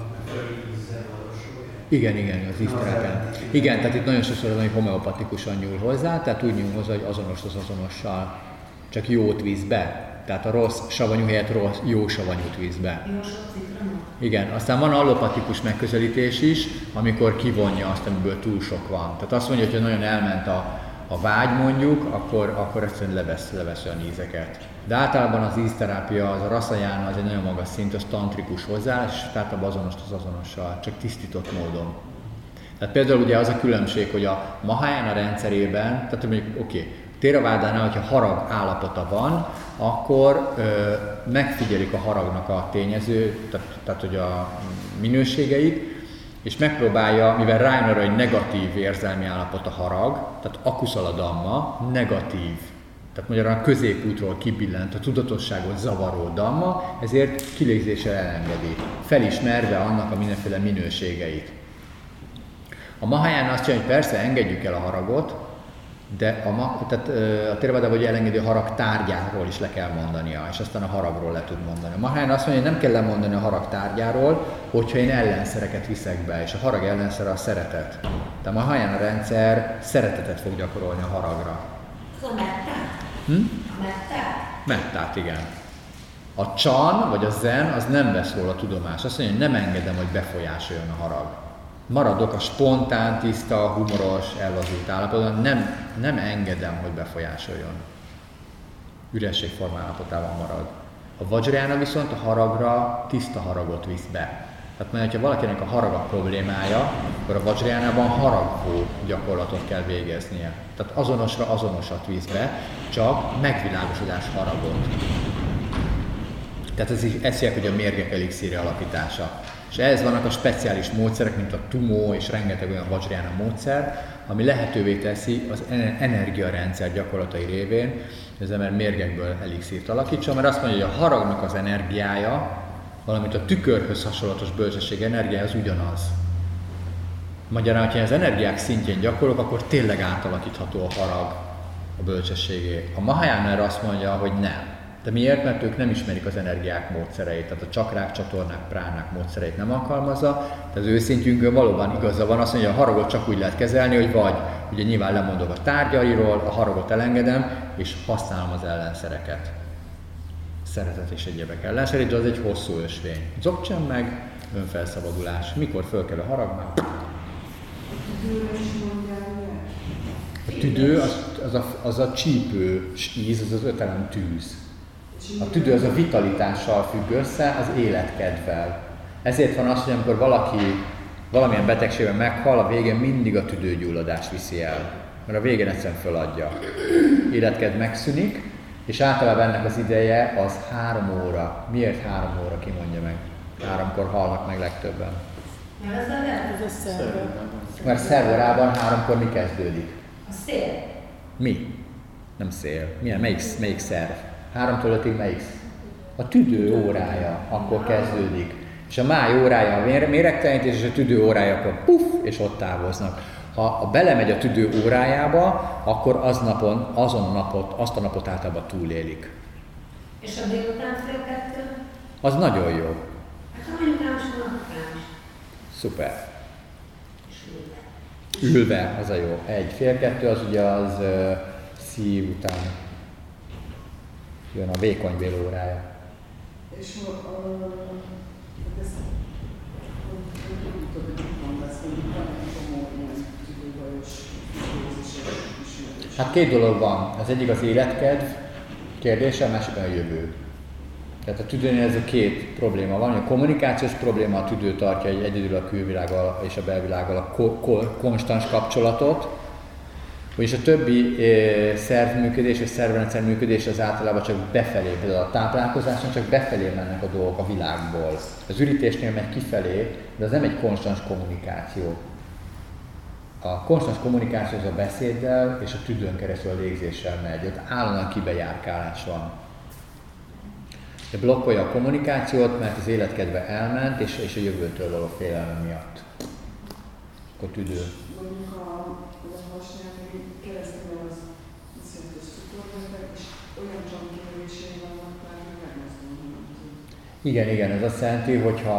ízzel valósulja. Igen, az ízterápián. Igen, tehát itt nagyon sokszor az, hogy homeopatikusan nyúl hozzá, tehát úgy nyúl hozzá, hogy azonos az azonossal, csak jót visz be. Tehát a rossz savanyú helyett jó savanyút visz be. Jó sok citromot? Igen, aztán van allopatikus megközelítés is, amikor kivonja azt, amiből túl sok van. Tehát azt mondja, hogy ha nagyon elment a vágy mondjuk, akkor egyszerűen levesz olyan ízeket. De általában az ízterápia, az a rasajána, az egy nagyon magas szint, az tantrikus hozzáállás, és általában azonost az azonossal, csak tisztított módon. Tehát például ugye az a különbség, hogy a Mahayana rendszerében, tehát mondjuk Theravádánál, hogyha harag állapota van, akkor megfigyelik a haragnak a tényező, tehát hogy a minőségeit, és megpróbálja, mivel rájön arra, hogy negatív érzelmi állapot a harag, tehát akuszala dhamma, negatív, tehát magyarán a középútról kibillent, a tudatosságot zavaró dhamma, ezért kilégzéssel elengedi, felismerve annak a mindenféle minőségeit. A Mahayana azt mondja, hogy persze engedjük el a haragot, de a Theravada, hogy elengedi a harag tárgyáról is le kell mondania, és aztán a haragról le tud mondani. A Mahayana azt mondja, hogy nem kell lemondani a harag tárgyáról, hogyha én ellenszereket viszek be, és a harag ellenszere a szeretet. De a Mahayana rendszer szeretetet fog gyakorolni a haragra. Az a mettát? A mettát? Mettát, igen. A csan, vagy a zen, az nem vesz róla tudomást. Azt mondja, hogy nem engedem, hogy befolyásoljon a harag. Maradok a spontán, tiszta, humoros, ellazult állapotban, nem engedem, hogy befolyásoljon. Üresség formállapotában marad. A vajrayana viszont a haragra tiszta haragot visz be. Tehát mert ha valakinek a harag a problémája, akkor a vajrayanában haragvó gyakorlatot kell végeznie. Tehát azonosra azonosat visz be, csak megvilágosodás haragot. Tehát ez hívják, hogy a mérgek elixírja alakítása. És ehhez vannak a speciális módszerek, mint a tumó és rengeteg olyan vajrayana módszer, ami lehetővé teszi az energiarendszer gyakorlatai révén, hogy az ember mérgekből elixírt alakítson, mert azt mondja, hogy a haragnak az energiája valamint a tükörhöz hasonlatos bölcsesség energiája az ugyanaz. Magyarán, hogyha az energiák szintjén gyakorolok, akkor tényleg átalakítható a harag a bölcsességé. A Mahayana erre azt mondja, hogy nem. De miért? Mert ők nem ismerik az energiák módszereit, tehát a csakrák, csatornák, pránák módszereit nem alkalmazza, tehát az ő szintjünkön valóban igaza van, azt mondja, hogy a haragot csak úgy lehet kezelni, hogy vagy ugye nyilván lemondok a tárgyairól, a haragot elengedem, és használom az ellenszereket. Szeretet és egyébek ellenszerét, de az egy hosszú ösvény. Dzogchen meg önfelszabadulás. Mikor fölkel a harag már? A tüdő az a csípős íz, az az ötelem tűz. A tüdő az a vitalitással függ össze, az életkedvvel. Ezért van az, hogy amikor valaki valamilyen betegségben meghal, a végén mindig a tüdőgyulladás viszi el. Mert a végén egyszerűen föladja. Életkedv megszűnik, és általában ennek az ideje az 3 óra. Miért 3 óra? Ki mondja meg? 3-kor halnak meg legtöbben. Mert szervorában 3-kor mi kezdődik? A szél. Mi? Nem szél. Melyik szerv? 3-tól 5-ig melyik? A tüdő órája akkor kezdődik. És a máj órája a méregtelenítés, és a tüdő órája akkor puff, és ott távoznak. Ha belemegy a tüdő órájába, akkor azt a napot általában túlélik. És a délután fél 2? Az nagyon jó. Hát ha mondjuk rám is van, rám is. Szuper. És ülve. Ülve, az a jó. 1-2 az ugye az szív után jön a vékonyvél órája. És ez hát 2 dolog van. Az egyik az életkedv kérdése, a másik a jövő. Tehát a tüdőnél ez a 2 probléma van. A kommunikációs probléma, a tüdő tartja egyedül a külvilággal és a belvilággal a konstans kapcsolatot, vagyis a többi szervműködés és szervrendszer működés az általában csak befelé, például a táplálkozáson csak befelé mennek a dolgok a világból. Az ürítésnél megy kifelé, de az nem egy konstans kommunikáció. A konstans kommunikáció az a beszéddel és a tüdőn keresztül a légzéssel megy, ott állandóan kibejárkálás van. De blokkolja a kommunikációt, mert az életkedve elment, és a jövőtől való félelme miatt. Akkor tüdő. Mondjuk a hasnyálni keresztül az iszonyatos cukorbeteg, és olyan csomagkérései vannak már, hogy megmozdulnak. Igen, ez azt jelenti, hogy ha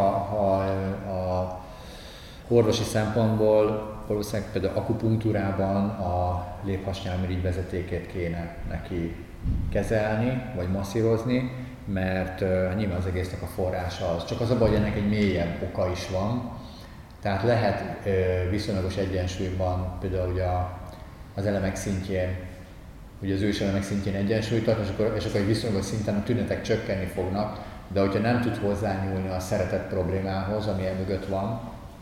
a orvosi szempontból valószínűleg például akupunktúrában a léphasnyálmirigy vezetékét kéne neki kezelni, vagy masszírozni, mert nyilván az egésznek a forrása az. Csak az a baj, hogy ennek egy mélyebb oka is van. Tehát lehet viszonylagos egyensúlyban például ugye az elemek szintjén, ugye az őselemek szintjén egyensúlyt tart, és akkor egy viszonylagos szinten a tünetek csökkenni fognak, de hogyha nem tud hozzányúlni a szeretet problémához, ami mögött van,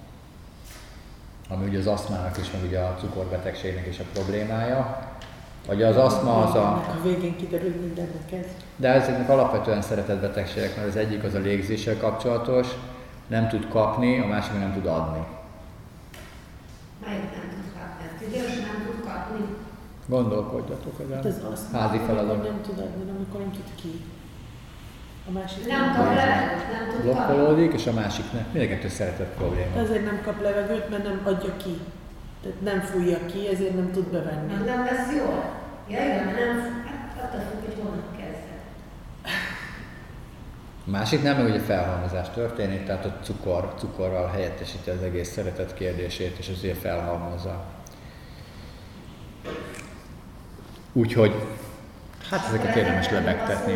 ami ugye az asztmának is, meg ugye a cukorbetegségnek is a problémája, vagy az asztma az a... A végén kiderül, hogy mindennek ez. De ezeknek alapvetően szeretetbetegségek, mert az egyik az a légzéssel kapcsolatos, nem tud kapni, a másik nem tud adni. Melyik nem tud kapni? Tüdős nem tud kapni? Gondolkodjatok ezen. Hát az azt Házi feladat. nem tud adni, amikor nem tud ki. A másik Nem kap levegőt, nem tud kapni. Blokkolódik, és a másiknek mindenkettő szeretet probléma. Ezért nem kap levegőt, mert nem adja ki. Tehát nem fújja ki, ezért nem tud bevenni. Nem lesz jól. Ja, igen, mert nem, hát attól függ, hogy honnan kezded. A másiknál meg ugye felhalmozás történik, tehát a cukorral helyettesíti az egész szeretet kérdését, és azért felhalmozza. Úgyhogy, hát ezeket érdemes lebegtetni.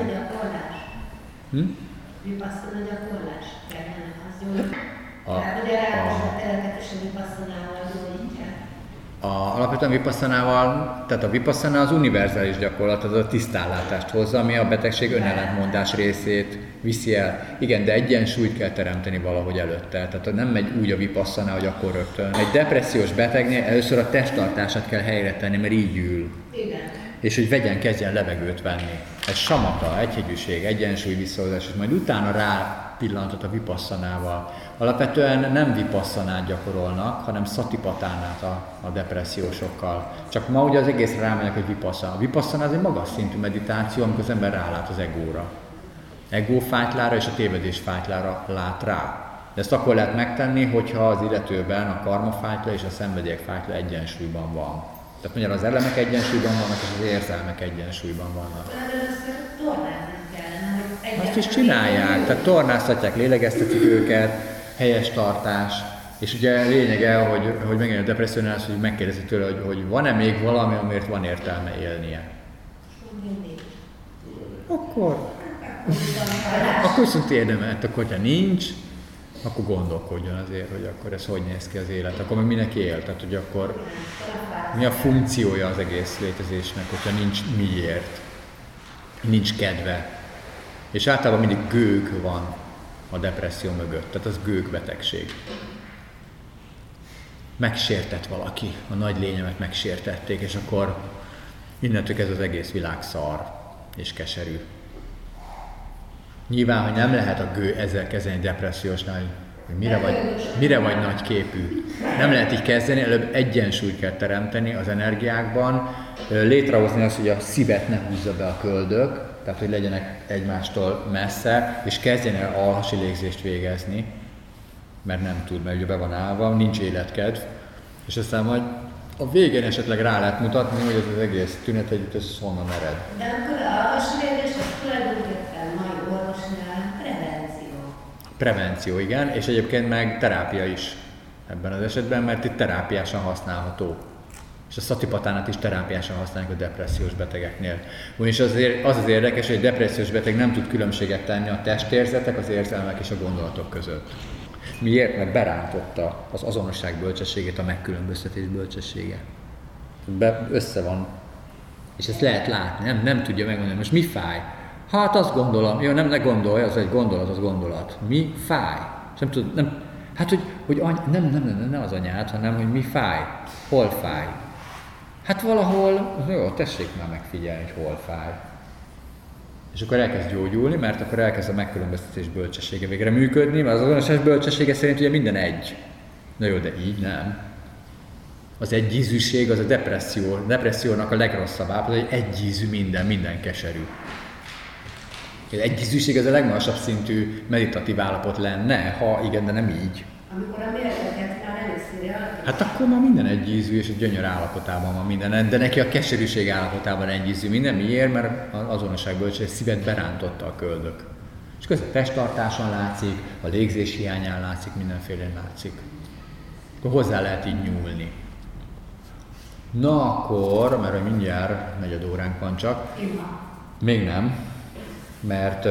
Vipasszana gyakorlás? Az jó. Tehát ugye ráadásul a tereket is a vipasszanával gyógyítják. Alapvetően vipasszanával, tehát a vipasszana az univerzális gyakorlat, az a tisztállátást hozza, ami a betegség önellentmondás részét viszi el. Igen, de egyensúlyt kell teremteni valahogy előtte. Tehát nem megy úgy a vipasszana, hogy akkor rögtön. Egy depressziós betegnél először a testtartását kell helyre tenni, mert így ül. Igen. És hogy kezdjen levegőt venni. Ez samata, egyhegyűség, egyensúly visszahozás, és majd utána rá pillantott a vipasszanával. Alapvetően nem vipasszanát gyakorolnak, hanem szatipatánát a depressziósokkal. Csak ma ugye az egészre rámennek, hogy vipasszana. A vipasszana az egy magas szintű meditáció, amikor az ember rálát az egóra. egófájtlára és a tévedésfájtlára lát rá. De ezt akkor lehet megtenni, hogyha az illetőben a karmafájtla és a szenvedélyfájtla egyensúlyban van. Tehát mondjuk az elemek egyensúlyban vannak, és az érzelmek egyensúlyban vannak. Azt is csinálják, tehát tornáztatják, lélegeztetik őket, helyes tartás, és ugye lényege, hogy megint a depressziónál az, hogy megkérdezi tőle, hogy van-e még valami, amiért van értelme élnie. Akkor viszont érdemelt, akkor ha nincs, akkor gondolkodjon azért, hogy akkor ez hogy néz ki az élet. Akkor meg mindenki él, tehát hogy akkor mi a funkciója az egész létezésnek, hogyha nincs miért, nincs kedve. És általában mindig gőg van a depresszió mögött, tehát az gőgbetegség. Megsértett valaki, a nagy lényemet megsértették, és akkor innentől kezdve az egész világ szar és keserű. Nyilván, hogy nem lehet a ezzel kezdeni depressziósnál, hogy mire vagy nagy képű. Nem lehet így kezdeni, előbb egyensúlyt kell teremteni az energiákban, létrehozni azt, hogy a szívet ne húzza be a köldök, tehát hogy legyenek egymástól messze, és kezdjen el alhasi légzést végezni, mert nem tud, mert ugye be van állva, nincs életkedv, és aztán majd a végén esetleg rá lehet mutatni, hogy ez az egész tünet együtt, ez honnan ered. De akkor a alhasi légzés az tulajdonképpen mai orvosnál prevenció. Prevenció, igen, és egyébként meg terápia is ebben az esetben, mert itt terápiásan használható. És a szatipatánat is terápiásan használják a depressziós betegeknél. Ugyanis azért az érdekes, hogy egy depressziós beteg nem tud különbséget tenni a testérzetek, az érzelmek és a gondolatok között. Miért? Mert berántotta az azonosság bölcsességét, a megkülönböztetés bölcsessége. Össze van. És ezt lehet látni, nem tudja megmondani. Most mi fáj? Hát azt gondolom, jó, ne gondolj, az egy gondolat, az gondolat. Mi fáj? És nem tud, nem, hát hogy nem az anyád, hanem hogy mi fáj, hol fáj. Hát valahol, jó, tessék már megfigyelni, hogy hol fáj. És akkor elkezd gyógyulni, mert akkor elkezd a megkülönböztetés bölcsessége végre működni, mert az azonosság bölcsessége szerint ugye minden egy. Na jó, de így nem. Az egyízűség az a depressziónak a legrosszabb állapot, hogy egyízű minden keserű. Az egyízűség az a legmagasabb szintű meditatív állapot lenne, ha igen, de nem így. Amikor a mérleket már először alakít. Hát akkor már minden egyízű, és a gyönyör állapotában van minden, de neki a keserűség állapotában egyízű minden. Miért? Mert az azonosságbölcsesség szívet berántotta a köldök. És közben a testtartáson látszik, a légzés hiányán látszik, mindenfélén látszik. Akkor hozzá lehet így nyúlni. Na akkor, mert mindjárt negyed óránk van csak. Még nem, mert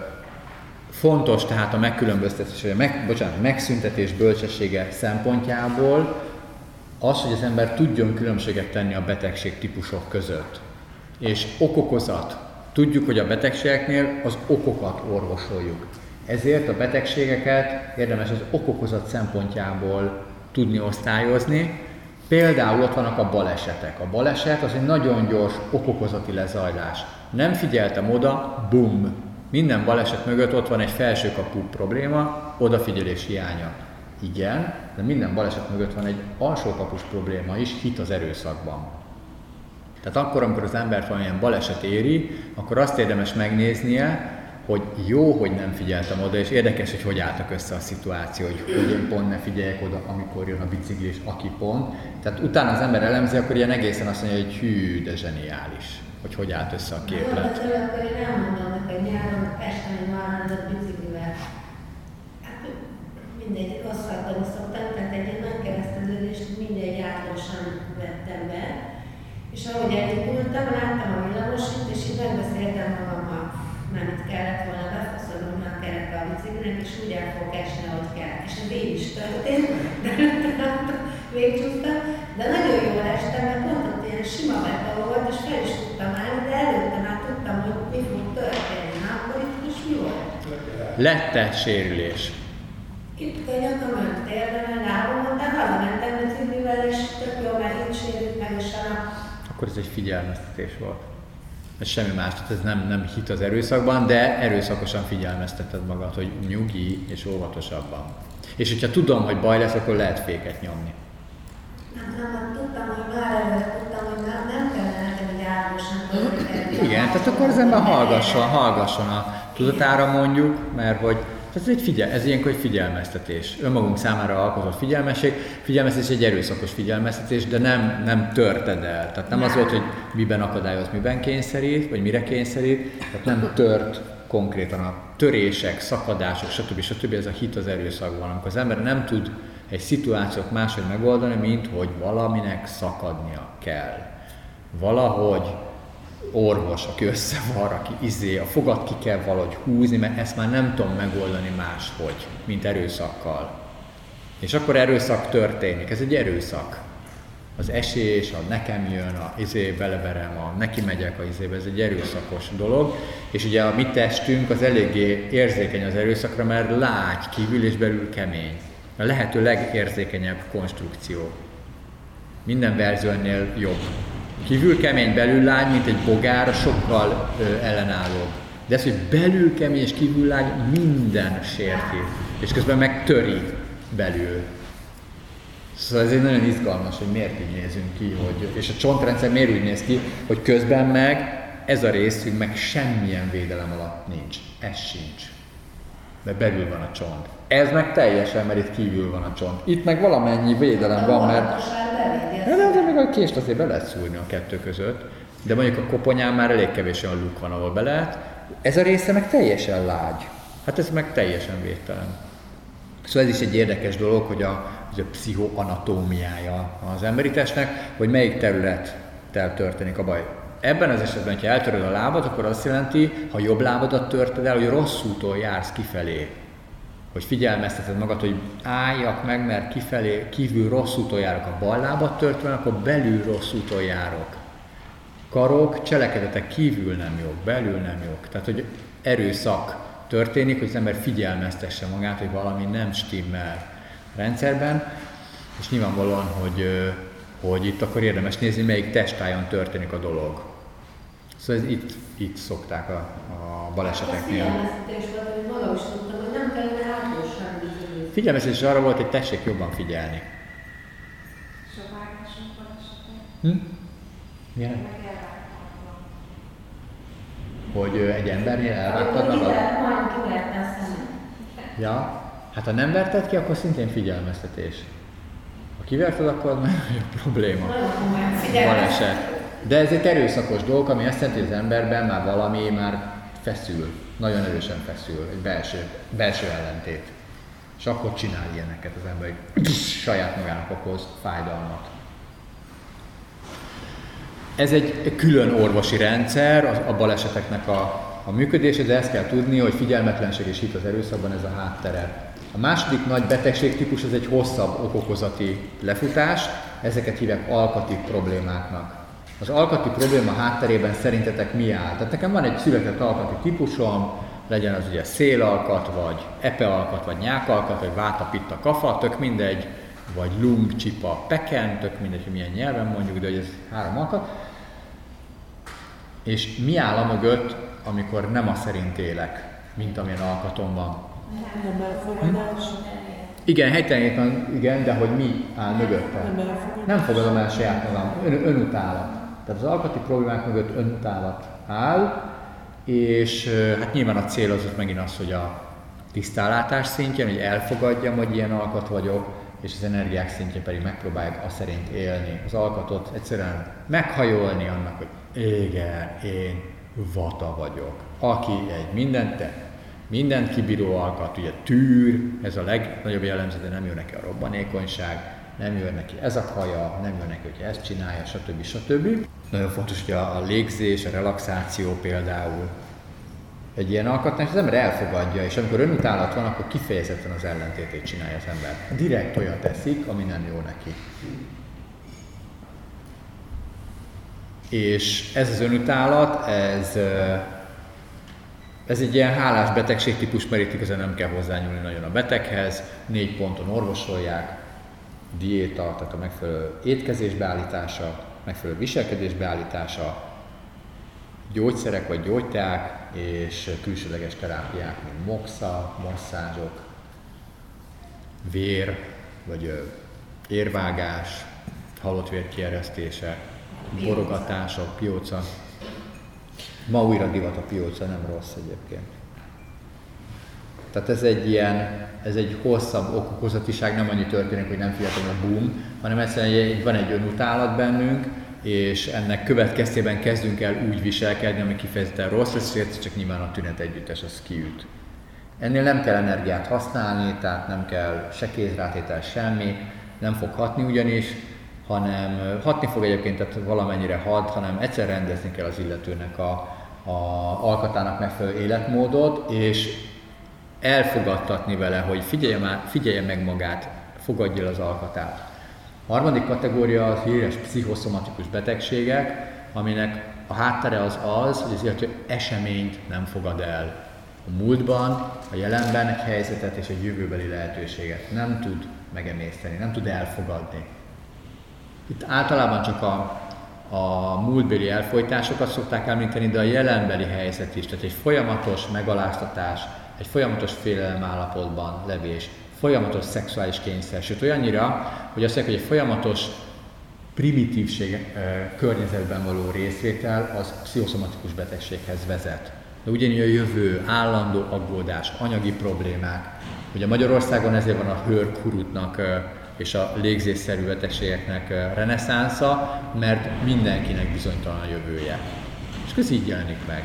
fontos tehát a megkülönböztetés, megszüntetés bölcsessége szempontjából az, hogy az ember tudjon különbséget tenni a betegség típusok között. És okokozat. Tudjuk, hogy a betegségeknél az okokat orvosoljuk. Ezért a betegségeket érdemes az okokozat szempontjából tudni osztályozni. Például ott vannak a balesetek. A baleset az egy nagyon gyors okokozati lezajlás. Nem figyeltem oda, bum! Minden baleset mögött ott van egy felsőkapu probléma, odafigyelés hiánya. Igen, de minden baleset mögött van egy alsókapus probléma is, hit az erőszakban. Tehát akkor, amikor az embert valamilyen baleset éri, akkor azt érdemes megnéznie, hogy jó, hogy nem figyeltem oda, és érdekes, hogy álltak össze a szituáció, hogy én pont ne figyeljek oda, amikor jön a bicikli, és aki pont. Tehát utána az ember elemzi, akkor ilyen egészen azt mondja, hogy hű, de zseniális, hogy állt össze a képlet. Akkor én elmondom neked nyáron, este még már rendett biciklivel. Hát mindegy, rosszatani szoktam, tehát egy nagy kereszteződést mindegy átlagosan vettem be. És ahogy elindultam, láttam a villamosit, és így megbeszéltem magammal, mert itt kellett volna befaszolni a kereke a biciklinek, és úgy el fogok esni, ahogy kell. És ez így is történt, de végcsúsztam, de nagyon jól estem, mert pont ott ilyen sima beton volt, és fel is tudtam állni, de előtte már tudtam, hogy mi fog történni. Na, akkor itt is mi volt? Lett-e sérülés? Itt a nyakamat térdemen, lábamon, de hazamentem biciklivel, és tök jó, mert itt sérült meg, és akkor ez egy figyelmeztetés volt. Ez semmi más, tehát ez nem hit az erőszakban, de erőszakosan figyelmezteted magad, hogy nyugi és óvatosabban. És hogyha tudom, hogy baj lesz, akkor lehet féket nyomni. Nem, tudtam, hogy már előtt tudtam, hogy nem kellene nekem így árvosan történni Igen, tehát akkor az ember hallgasson a tudatára mondjuk, mert hogy ez ilyenkor egy figyelmeztetés. Önmagunk számára alkotott figyelmeztetés egy erőszakos figyelmeztetés, de nem törted el. Tehát nem az volt, hogy miben akadályoz, miben kényszerít, vagy mire kényszerít, tehát nem tört konkrétan a törések, szakadások, stb. Ez a hit az erőszakban, amikor az ember nem tud egy szituációt máshogy megoldani, mint hogy valaminek szakadnia kell. Valahogy orvos, aki összevar, aki a fogat ki kell valahogy húzni, mert ezt már nem tudom megoldani máshogy, mint erőszakkal. És akkor erőszak történik, ez egy erőszak. Az esés, a nekem jön, beleverem, neki megyek ez egy erőszakos dolog. És ugye a mi testünk az eléggé érzékeny az erőszakra, mert lágy kívül és belül kemény. A lehető legérzékenyebb konstrukció. Minden verzió ennél jobb. Kívül kemény, belül lágy, mint egy bogár, sokkal ellenállóbb. De ez, hogy belül kemény és kívül lágy, minden sérti. És közben meg töri belül. Szóval ez egy nagyon izgalmas, hogy miért így nézünk ki, és a csontrendszer miért úgy néz ki, hogy közben meg ez a részünk meg semmilyen védelem alatt nincs. Ez sincs. Mert belül van a csont. Ez meg teljesen, mert itt kívül van a csont. Itt meg valamennyi védelem van, mert... De azért még a kést azért be lehet szúrni a kettő között. De mondjuk a koponyán már elég kevés olyan luk van, ahol be lehet. Ez a része meg teljesen lágy. Hát ez meg teljesen védtelen. Szóval ez is egy érdekes dolog, hogy a pszichoanatómiája az emberi testnek, hogy melyik területtel történik a baj. Ebben az esetben, ha eltöröd a lábad, akkor azt jelenti, ha jobb lábadat törted el, hogy rossz úton jársz kifelé. Hogy figyelmezteted magad, hogy álljak meg, mert kívül rossz úton járok. A bal lábat törtve, akkor belül rossz úton járok. Karok, cselekedetek kívül nem jók, belül nem jók. Tehát, hogy erőszak történik, hogy az ember figyelmeztesse magát, hogy valami nem stimmel a rendszerben, és nyilvánvalóan, hogy itt akkor érdemes nézni, melyik testájon történik a dolog. Szóval ez itt szokták a baleseteknél. Figyelmeztetés volt, hogy maga is tudtam, hogy nem kellene hátósan bizonyítani. Figyelmeztetés arra volt, hogy tessék jobban figyelni. És a vágások balesetek? Milyen? Meg elvágtatlan. Hogy egy embernél elvágtad magad? Majd kiverte a szemet. Ja, hát ha nem verted ki, akkor szintén figyelmeztetés. Ha kiverted, akkor az nagyon jó probléma. Nagyon komolyan figyelmeztetés. Baleset. De ez egy erőszakos dolog, ami azt jelenti, hogy az emberben már valami már feszül, nagyon erősen feszül, egy belső ellentét. És akkor csinál ilyeneket az ember, hogy saját magának okoz fájdalmat. Ez egy külön orvosi rendszer, a baleseteknek a működése, de ezt kell tudni, hogy figyelmetlenség és hit az erőszakban ez a háttere. A második nagy betegségtípus az egy hosszabb okokozati lefutás, ezeket hívják alkati problémáknak. Az alkati probléma hátterében szerintetek mi áll? Tehát nekem van egy született alkati típusom, legyen az ugye szélalkat, vagy epealkat, vagy nyákalkat, vagy váta, pitta, kafa, tök mindegy, vagy lung, csipa, peken, tök mindegy, hogy milyen nyelven mondjuk, de hogy ez 3 alkat. És mi áll a mögött, amikor nem az szerint élek, mint amilyen alkatom van? Nem elfogadás. Igen, helytelenítően igen, de hogy mi áll mögötte? Nem fogadom el saját magam. Önutálat. Tehát az alkati problémák mögött önutálat áll, és hát nyilván a cél az megint az, hogy a tisztánlátás szintjén, hogy elfogadjam, hogy ilyen alkat vagyok, és az energiák szintjén pedig megpróbálják azt szerint élni. Az alkatot egyszerűen meghajolni annak, hogy igen, én vata vagyok. Aki egy mindent kibíró alkat, ugye tűr, ez a legnagyobb jellemző, de nem jön neki a robbanékonyság, nem jön neki ez a kaja, nem jön neki, hogy ezt csinálja, stb. Nagyon fontos, hogy a légzés, a relaxáció például egy ilyen alkatnál, és az ember elfogadja, és amikor önutálat van, akkor kifejezetten az ellentétét csinálja az ember. Direkt olyat teszik, ami nem jó neki. És ez az önutálat, ez egy ilyen hálás betegségtípus, mert itt igazán nem kell hozzányúlni nagyon a beteghez, 4 ponton orvosolják, diéta, tehát a megfelelő étkezés beállítása, megfelelő viselkedés beállítása, gyógyszerek vagy gyógyteák és külsőleges terápiák, mint moxa, masszázsok, vér vagy érvágás, halott vér kieresztése, borogatások, pióca. Ma újra divat a pióca, nem rossz egyébként. Tehát ez egy hosszabb okokozatiság, nem annyi történik, hogy nem fiatal a boom, hanem egyszerűen van egy önutálat bennünk, és ennek következtében kezdünk el úgy viselkedni, ami kifejezetten rossz lesz, csak nyilván a tünet együttes az kiüt. Ennél nem kell energiát használni, tehát nem kell se kézrátétel, semmi, nem fog hatni ugyanis, hanem hatni fog egyébként, tehát valamennyire hat, hanem egyszer rendezni kell az illetőnek a alkatának megfelelő életmódot, és elfogadtatni vele, hogy figyelje meg magát, fogadja el az alkatát. A harmadik kategória az híres pszichoszomatikus betegségek, aminek a háttere az, hogy az illető eseményt nem fogad el. A múltban, a jelenben egy helyzetet és egy jövőbeli lehetőséget nem tud megemészteni, nem tud elfogadni. Itt általában csak a múltbeli elfojtásokat szokták említeni, de a jelenbeli helyzet is, tehát egy folyamatos megaláztatás, egy folyamatos félelem állapotban levés, folyamatos szexuális kényszer, sőt olyannyira, hogy azt mondják, hogy egy folyamatos primitívség környezetben való részvétel az pszichoszomatikus betegséghez vezet. De ugyanígy a jövő, állandó aggódás, anyagi problémák. Ugye Magyarországon ezért van a hőrkurutnak és a légzésszerű betegségeknek reneszánsza, mert mindenkinek bizonytalan a jövője. És ez így jelenik meg.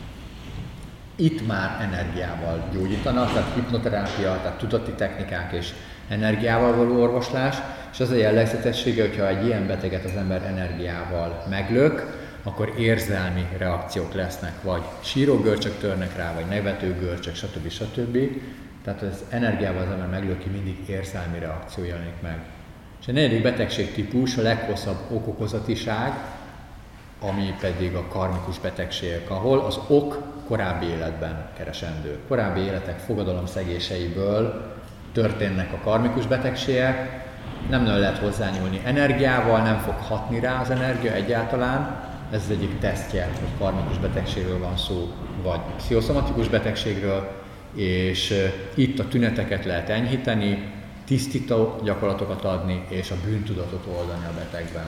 Itt már energiával gyógyítanak, tehát hipnoterápia, tehát tudati technikák és energiával való orvoslás, és az a jellegzetessége, hogyha egy ilyen beteget az ember energiával meglök, akkor érzelmi reakciók lesznek, vagy sírógörcsök törnek rá, vagy nevetőgörcsök, stb. Tehát az energiával az ember meglöki, mindig érzelmi reakció jelenik meg. És a negyedik betegségtípus a leghosszabb okokozatiság, ami pedig a karmikus betegségek, ahol az ok korábbi életben keresendő. Korábbi életek fogadalomszegéseiből történnek a karmikus betegségek, nem nagyon lehet hozzányúlni energiával, nem fog hatni rá az energia egyáltalán. Ez az egyik tesztje, hogy karmikus betegségről van szó, vagy pszichoszomatikus betegségről, és itt a tüneteket lehet enyhíteni, tisztító gyakorlatokat adni, és a bűntudatot oldani a betegben.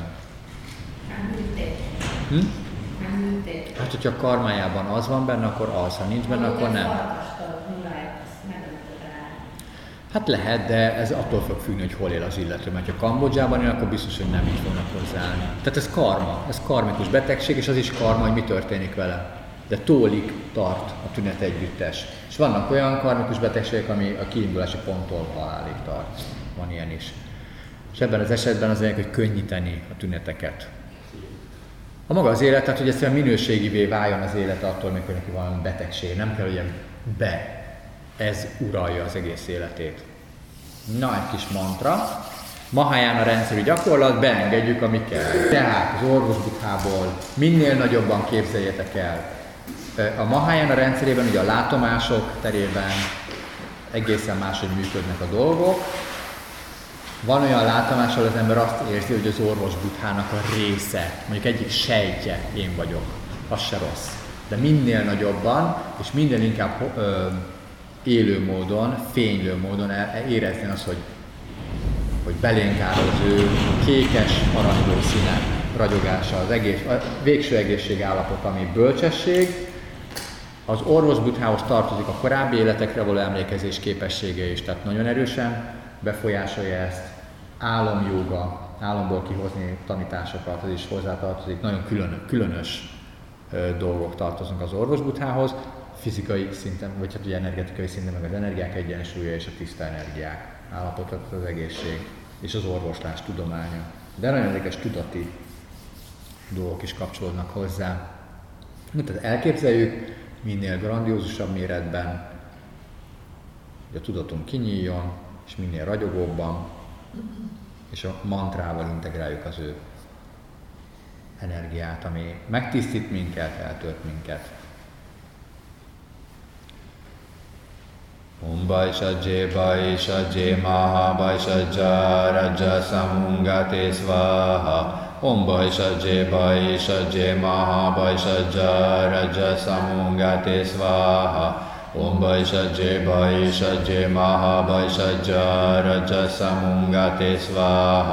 Hát, hogyha a karmájában az van benne, akkor az, ha nincs benne, akkor nem. Hát lehet, de ez attól fog függni, hogy hol él az illető, mert ha Kambodzsában él, akkor biztos, hogy nem így fognak hozzáállni. Tehát ez karma, ez karmikus betegség, és az is karma, hogy mi történik vele. De tólig tart a tünet együttes. És vannak olyan karmikus betegségek, ami a kiindulási ponttól halálig tart. Van ilyen is. És ebben az esetben az lényeg, hogy könnyíteni a tüneteket. A maga az élet, tehát hogy egyszerűen minőségivé váljon az élete attól, mikor neki valami betegség. Nem kell, hogy ez uralja az egész életét. Na, egy kis mantra. Mahayana rendszerű gyakorlat, beengedjük, ami kell. Tehát az orvosbuthából minél nagyobban képzeljétek el. A Mahayana rendszerében, ugye a látomások terében egészen máshogy működnek a dolgok. Van olyan látomás, ahol az ember azt érzi, hogy az orvosbuthának a része, mondjuk egyik sejtje én vagyok. Az se rossz. De minél nagyobban, és minél inkább élő módon, fénylő módon érezni azt, hogy belénk áll az ő kékes, aranyló színe ragyogása, a végső egészségállapot, ami bölcsesség. Az orvosbuthához tartozik a korábbi életekre való emlékezés képessége is, tehát nagyon erősen befolyásolja ezt. Álomjóga, álomból kihozni tanításokat, az is hozzátartozik, nagyon különös dolgok tartoznak az orvosbuthához, fizikai szinten, vagy hát ugye energetikai szinten, meg az energiák egyensúlya és a tiszta energiák állapotot, az egészség és az orvoslás tudománya. De nagyon érdekes tudati dolgok is kapcsolódnak hozzá. Tehát elképzeljük minél grandiózusabb méretben, hogy a tudatunk kinyíljon, és minél ragyogóbban, és a mantrával integráljuk az ő energiát, ami megtisztít minket, eltölt minket. Om Vaishajje Maha Vaishajja Raja Samungate Svaha. Om Vaishajje Maha Vaishajja Raja Samungate Svaha. Om Vaishajje Maha Vaishajja Raja Samungate Svaha.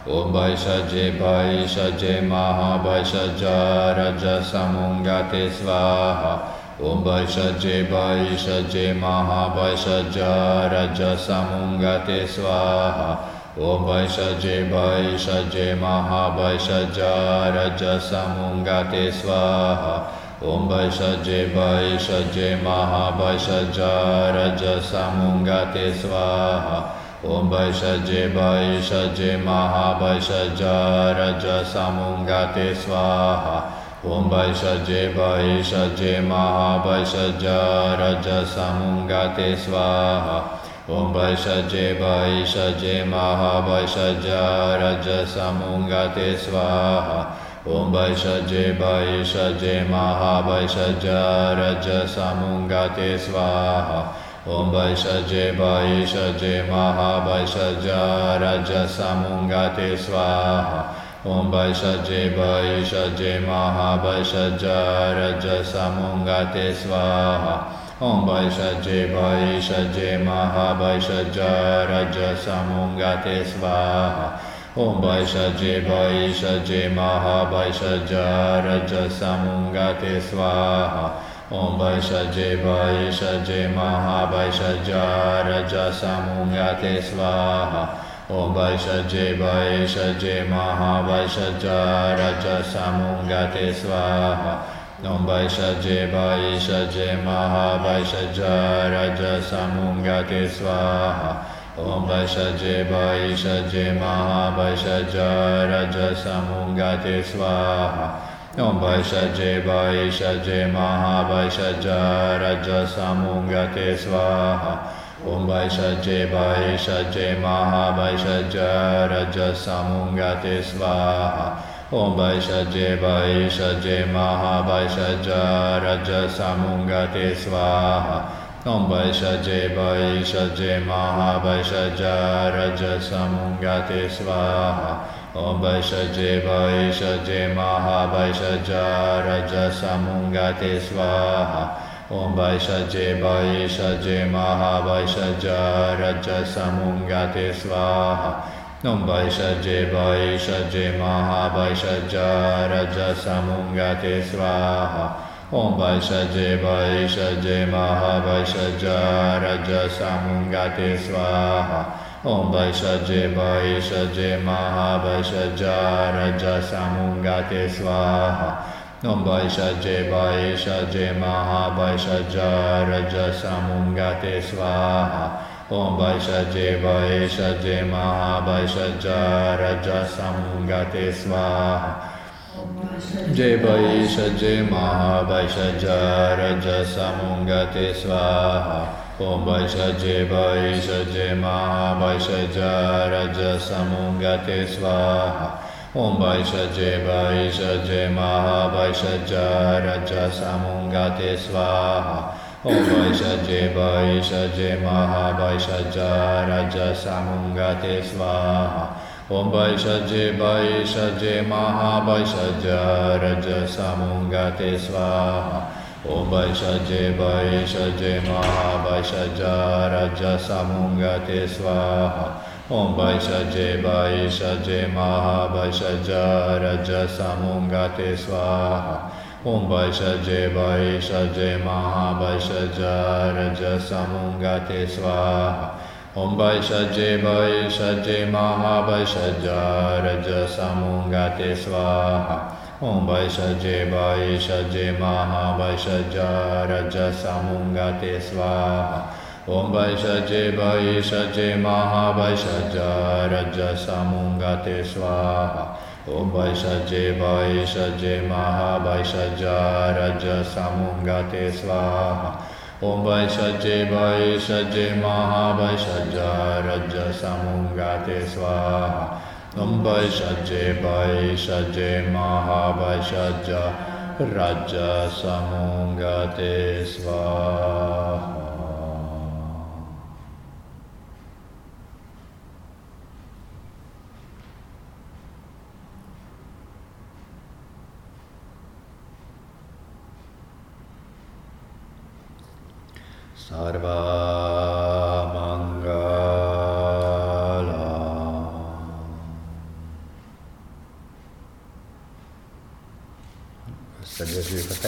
Om Vaishajje Vaishajje Maha Vaishajja Raja Samungate Svaha. Om Vaishajje Vaishajje Maha Vaishajja Raja Samungate Svaha. Om Vaishajje Vaishajje Maha Vaishajja Raja Samungate Svaha. Om Vaishajje Vaishajje Maha Vaishajja Raja Samungate Svaha. Om Vaishajje Vaishajje Maha Vaishajja Raja Samungate Svaha. Om Vaishajje Vaishajje Maha Vaishajja Raja Samungate Svaha. Om Vaishajje Vaishajje Maha Vaishajja Raja Samungate Svaha. Om Vaishajje Vaishajje Maha Vaishajja Raja Samungate Svaha. Om Vaishajje Vaishajje Maha Vaishajja Raja Samungate Svaha. Om Vaishajje Vaishajje Maha Vaishajja Raja Samungate Svaha. Om Vaishajje Vaishajje Maha Vaishajja Raja Samungate Svaha. Om Vaishajje Vaishajje Maha Vaishajja Raja Samungate Svaha. Om Vaishajje Vaishajje Maha Vaishajja Raja Samungate Svaha. Om Vaishajje Vaishajje Maha Vaishajja Raja Samungate Svaha. Om Vaishajje Vaishajje Maha Vaishajja Raja Samungate Svaha. Om Vaishajje Vaishajje Maha Vaishajja Raja Samungate Svaha. Om Vaishajje Vaishajje Maha Vaishajja Raja Samungate Svaha. Om Vaishajje Vaishajje Maha Vaishajja Raja Samungate Svaha. Om Vaishajje Vaishajje Maha Vaishajja Raja Samungate Svaha. Om Vaishajje Vaishajje Maha Vaishajja Raja Samungate Svaha. Om Vaishajje Vaishajje Maha Vaishajja Raja Samungate Svaha. Om Vaishajje Vaishajje Maha Vaishajja Raja Samungate Svaha. Om Vaishajje Vaishajje Maha Vaishajja Raja Samungate Svaha. Om Vaishajje Vaishajje Maha Vaishajja Raja Samungate Svaha. Om Vaishajje Vaishajje Maha Vaishajja Raja Samungate Svaha. Om Vaishajje Vaishajje Maha Vaishajja Raja Samungate Svaha. Om Vaishajje Vaishajje Maha Vaishajja Raja Samungate Svaha. Jai Vaishajje Maha Vaishajja Raja Samungate Svaha. Om Vaishajje Vaishajje Maha Vaishajja Raja Samungate Svaha. Om Vaishajje Vaishajje Maha Vaishajja Raja Samungate Svaha. Om Vaishajje Vaishajje Maha Vaishajja Raja Samungate Svaha. Om Vaishajje Vaishajje Maha Vaishajja Raja Samungate Svaha. Om Vaishajje Vaishajje Maha Vaishajja Raja Samungate Svaha. Om Vaishajje Vaishajje Maha Vaishajja Raja Samungate Svaha. Om Vaishajje Vaishajje Maha Vaishajja Raja Samungate Svaha. Om Vaishajje Vaishajje Maha Vaishajja Raja Samungate Svaha. Om Vaishajje Vaishajje Maha Vaishajja Raja Samungate Svaha. Om Vaishajje Vaishajje Maha Vaishajja Raja Samungate Svaha. Om Vaishajje Vaishajje Maha Vaishajja Raja Samungate Svaha. Om Vaishajje Vaishajje Maha Vaishajja Raja Samungate Svaha. Om Vaishajje Vaishajje Maha Vaishajja Raja Samungate Svaha. Sarva Mangala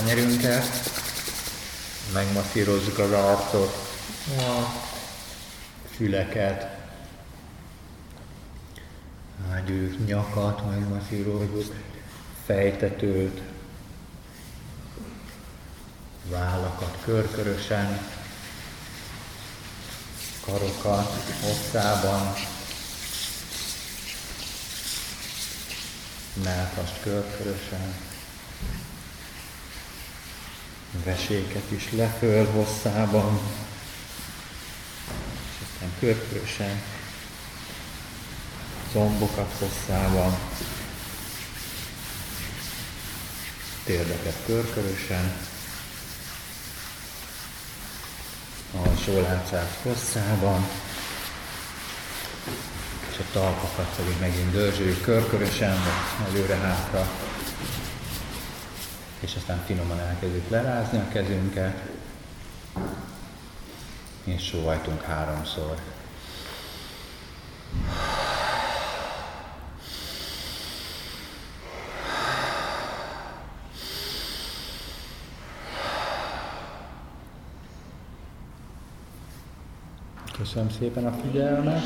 tenyerünket, megmasszírozzuk az arcot, a füleket, ágyűk, nyakat, megmasszírozzuk, fejtetőt, vállakat körkörösen, karokat hosszában, mellkast körkörösen, veséket is leföl hosszában, és aztán körkörösen, combokat hosszában, térdeket körkörösen, alsó láncát hosszában, és a talpakat pedig megint dörzsöljük körkörösen, előre-hátra, és aztán finoman elkezdjük lerázni a kezünket, és sóhajtunk 3-szor. Köszönöm szépen a figyelmet!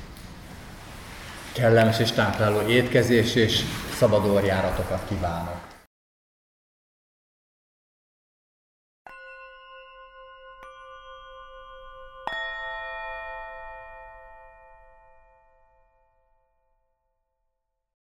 Kellemes és tápláló étkezés és szabad orrjáratokat kívánok!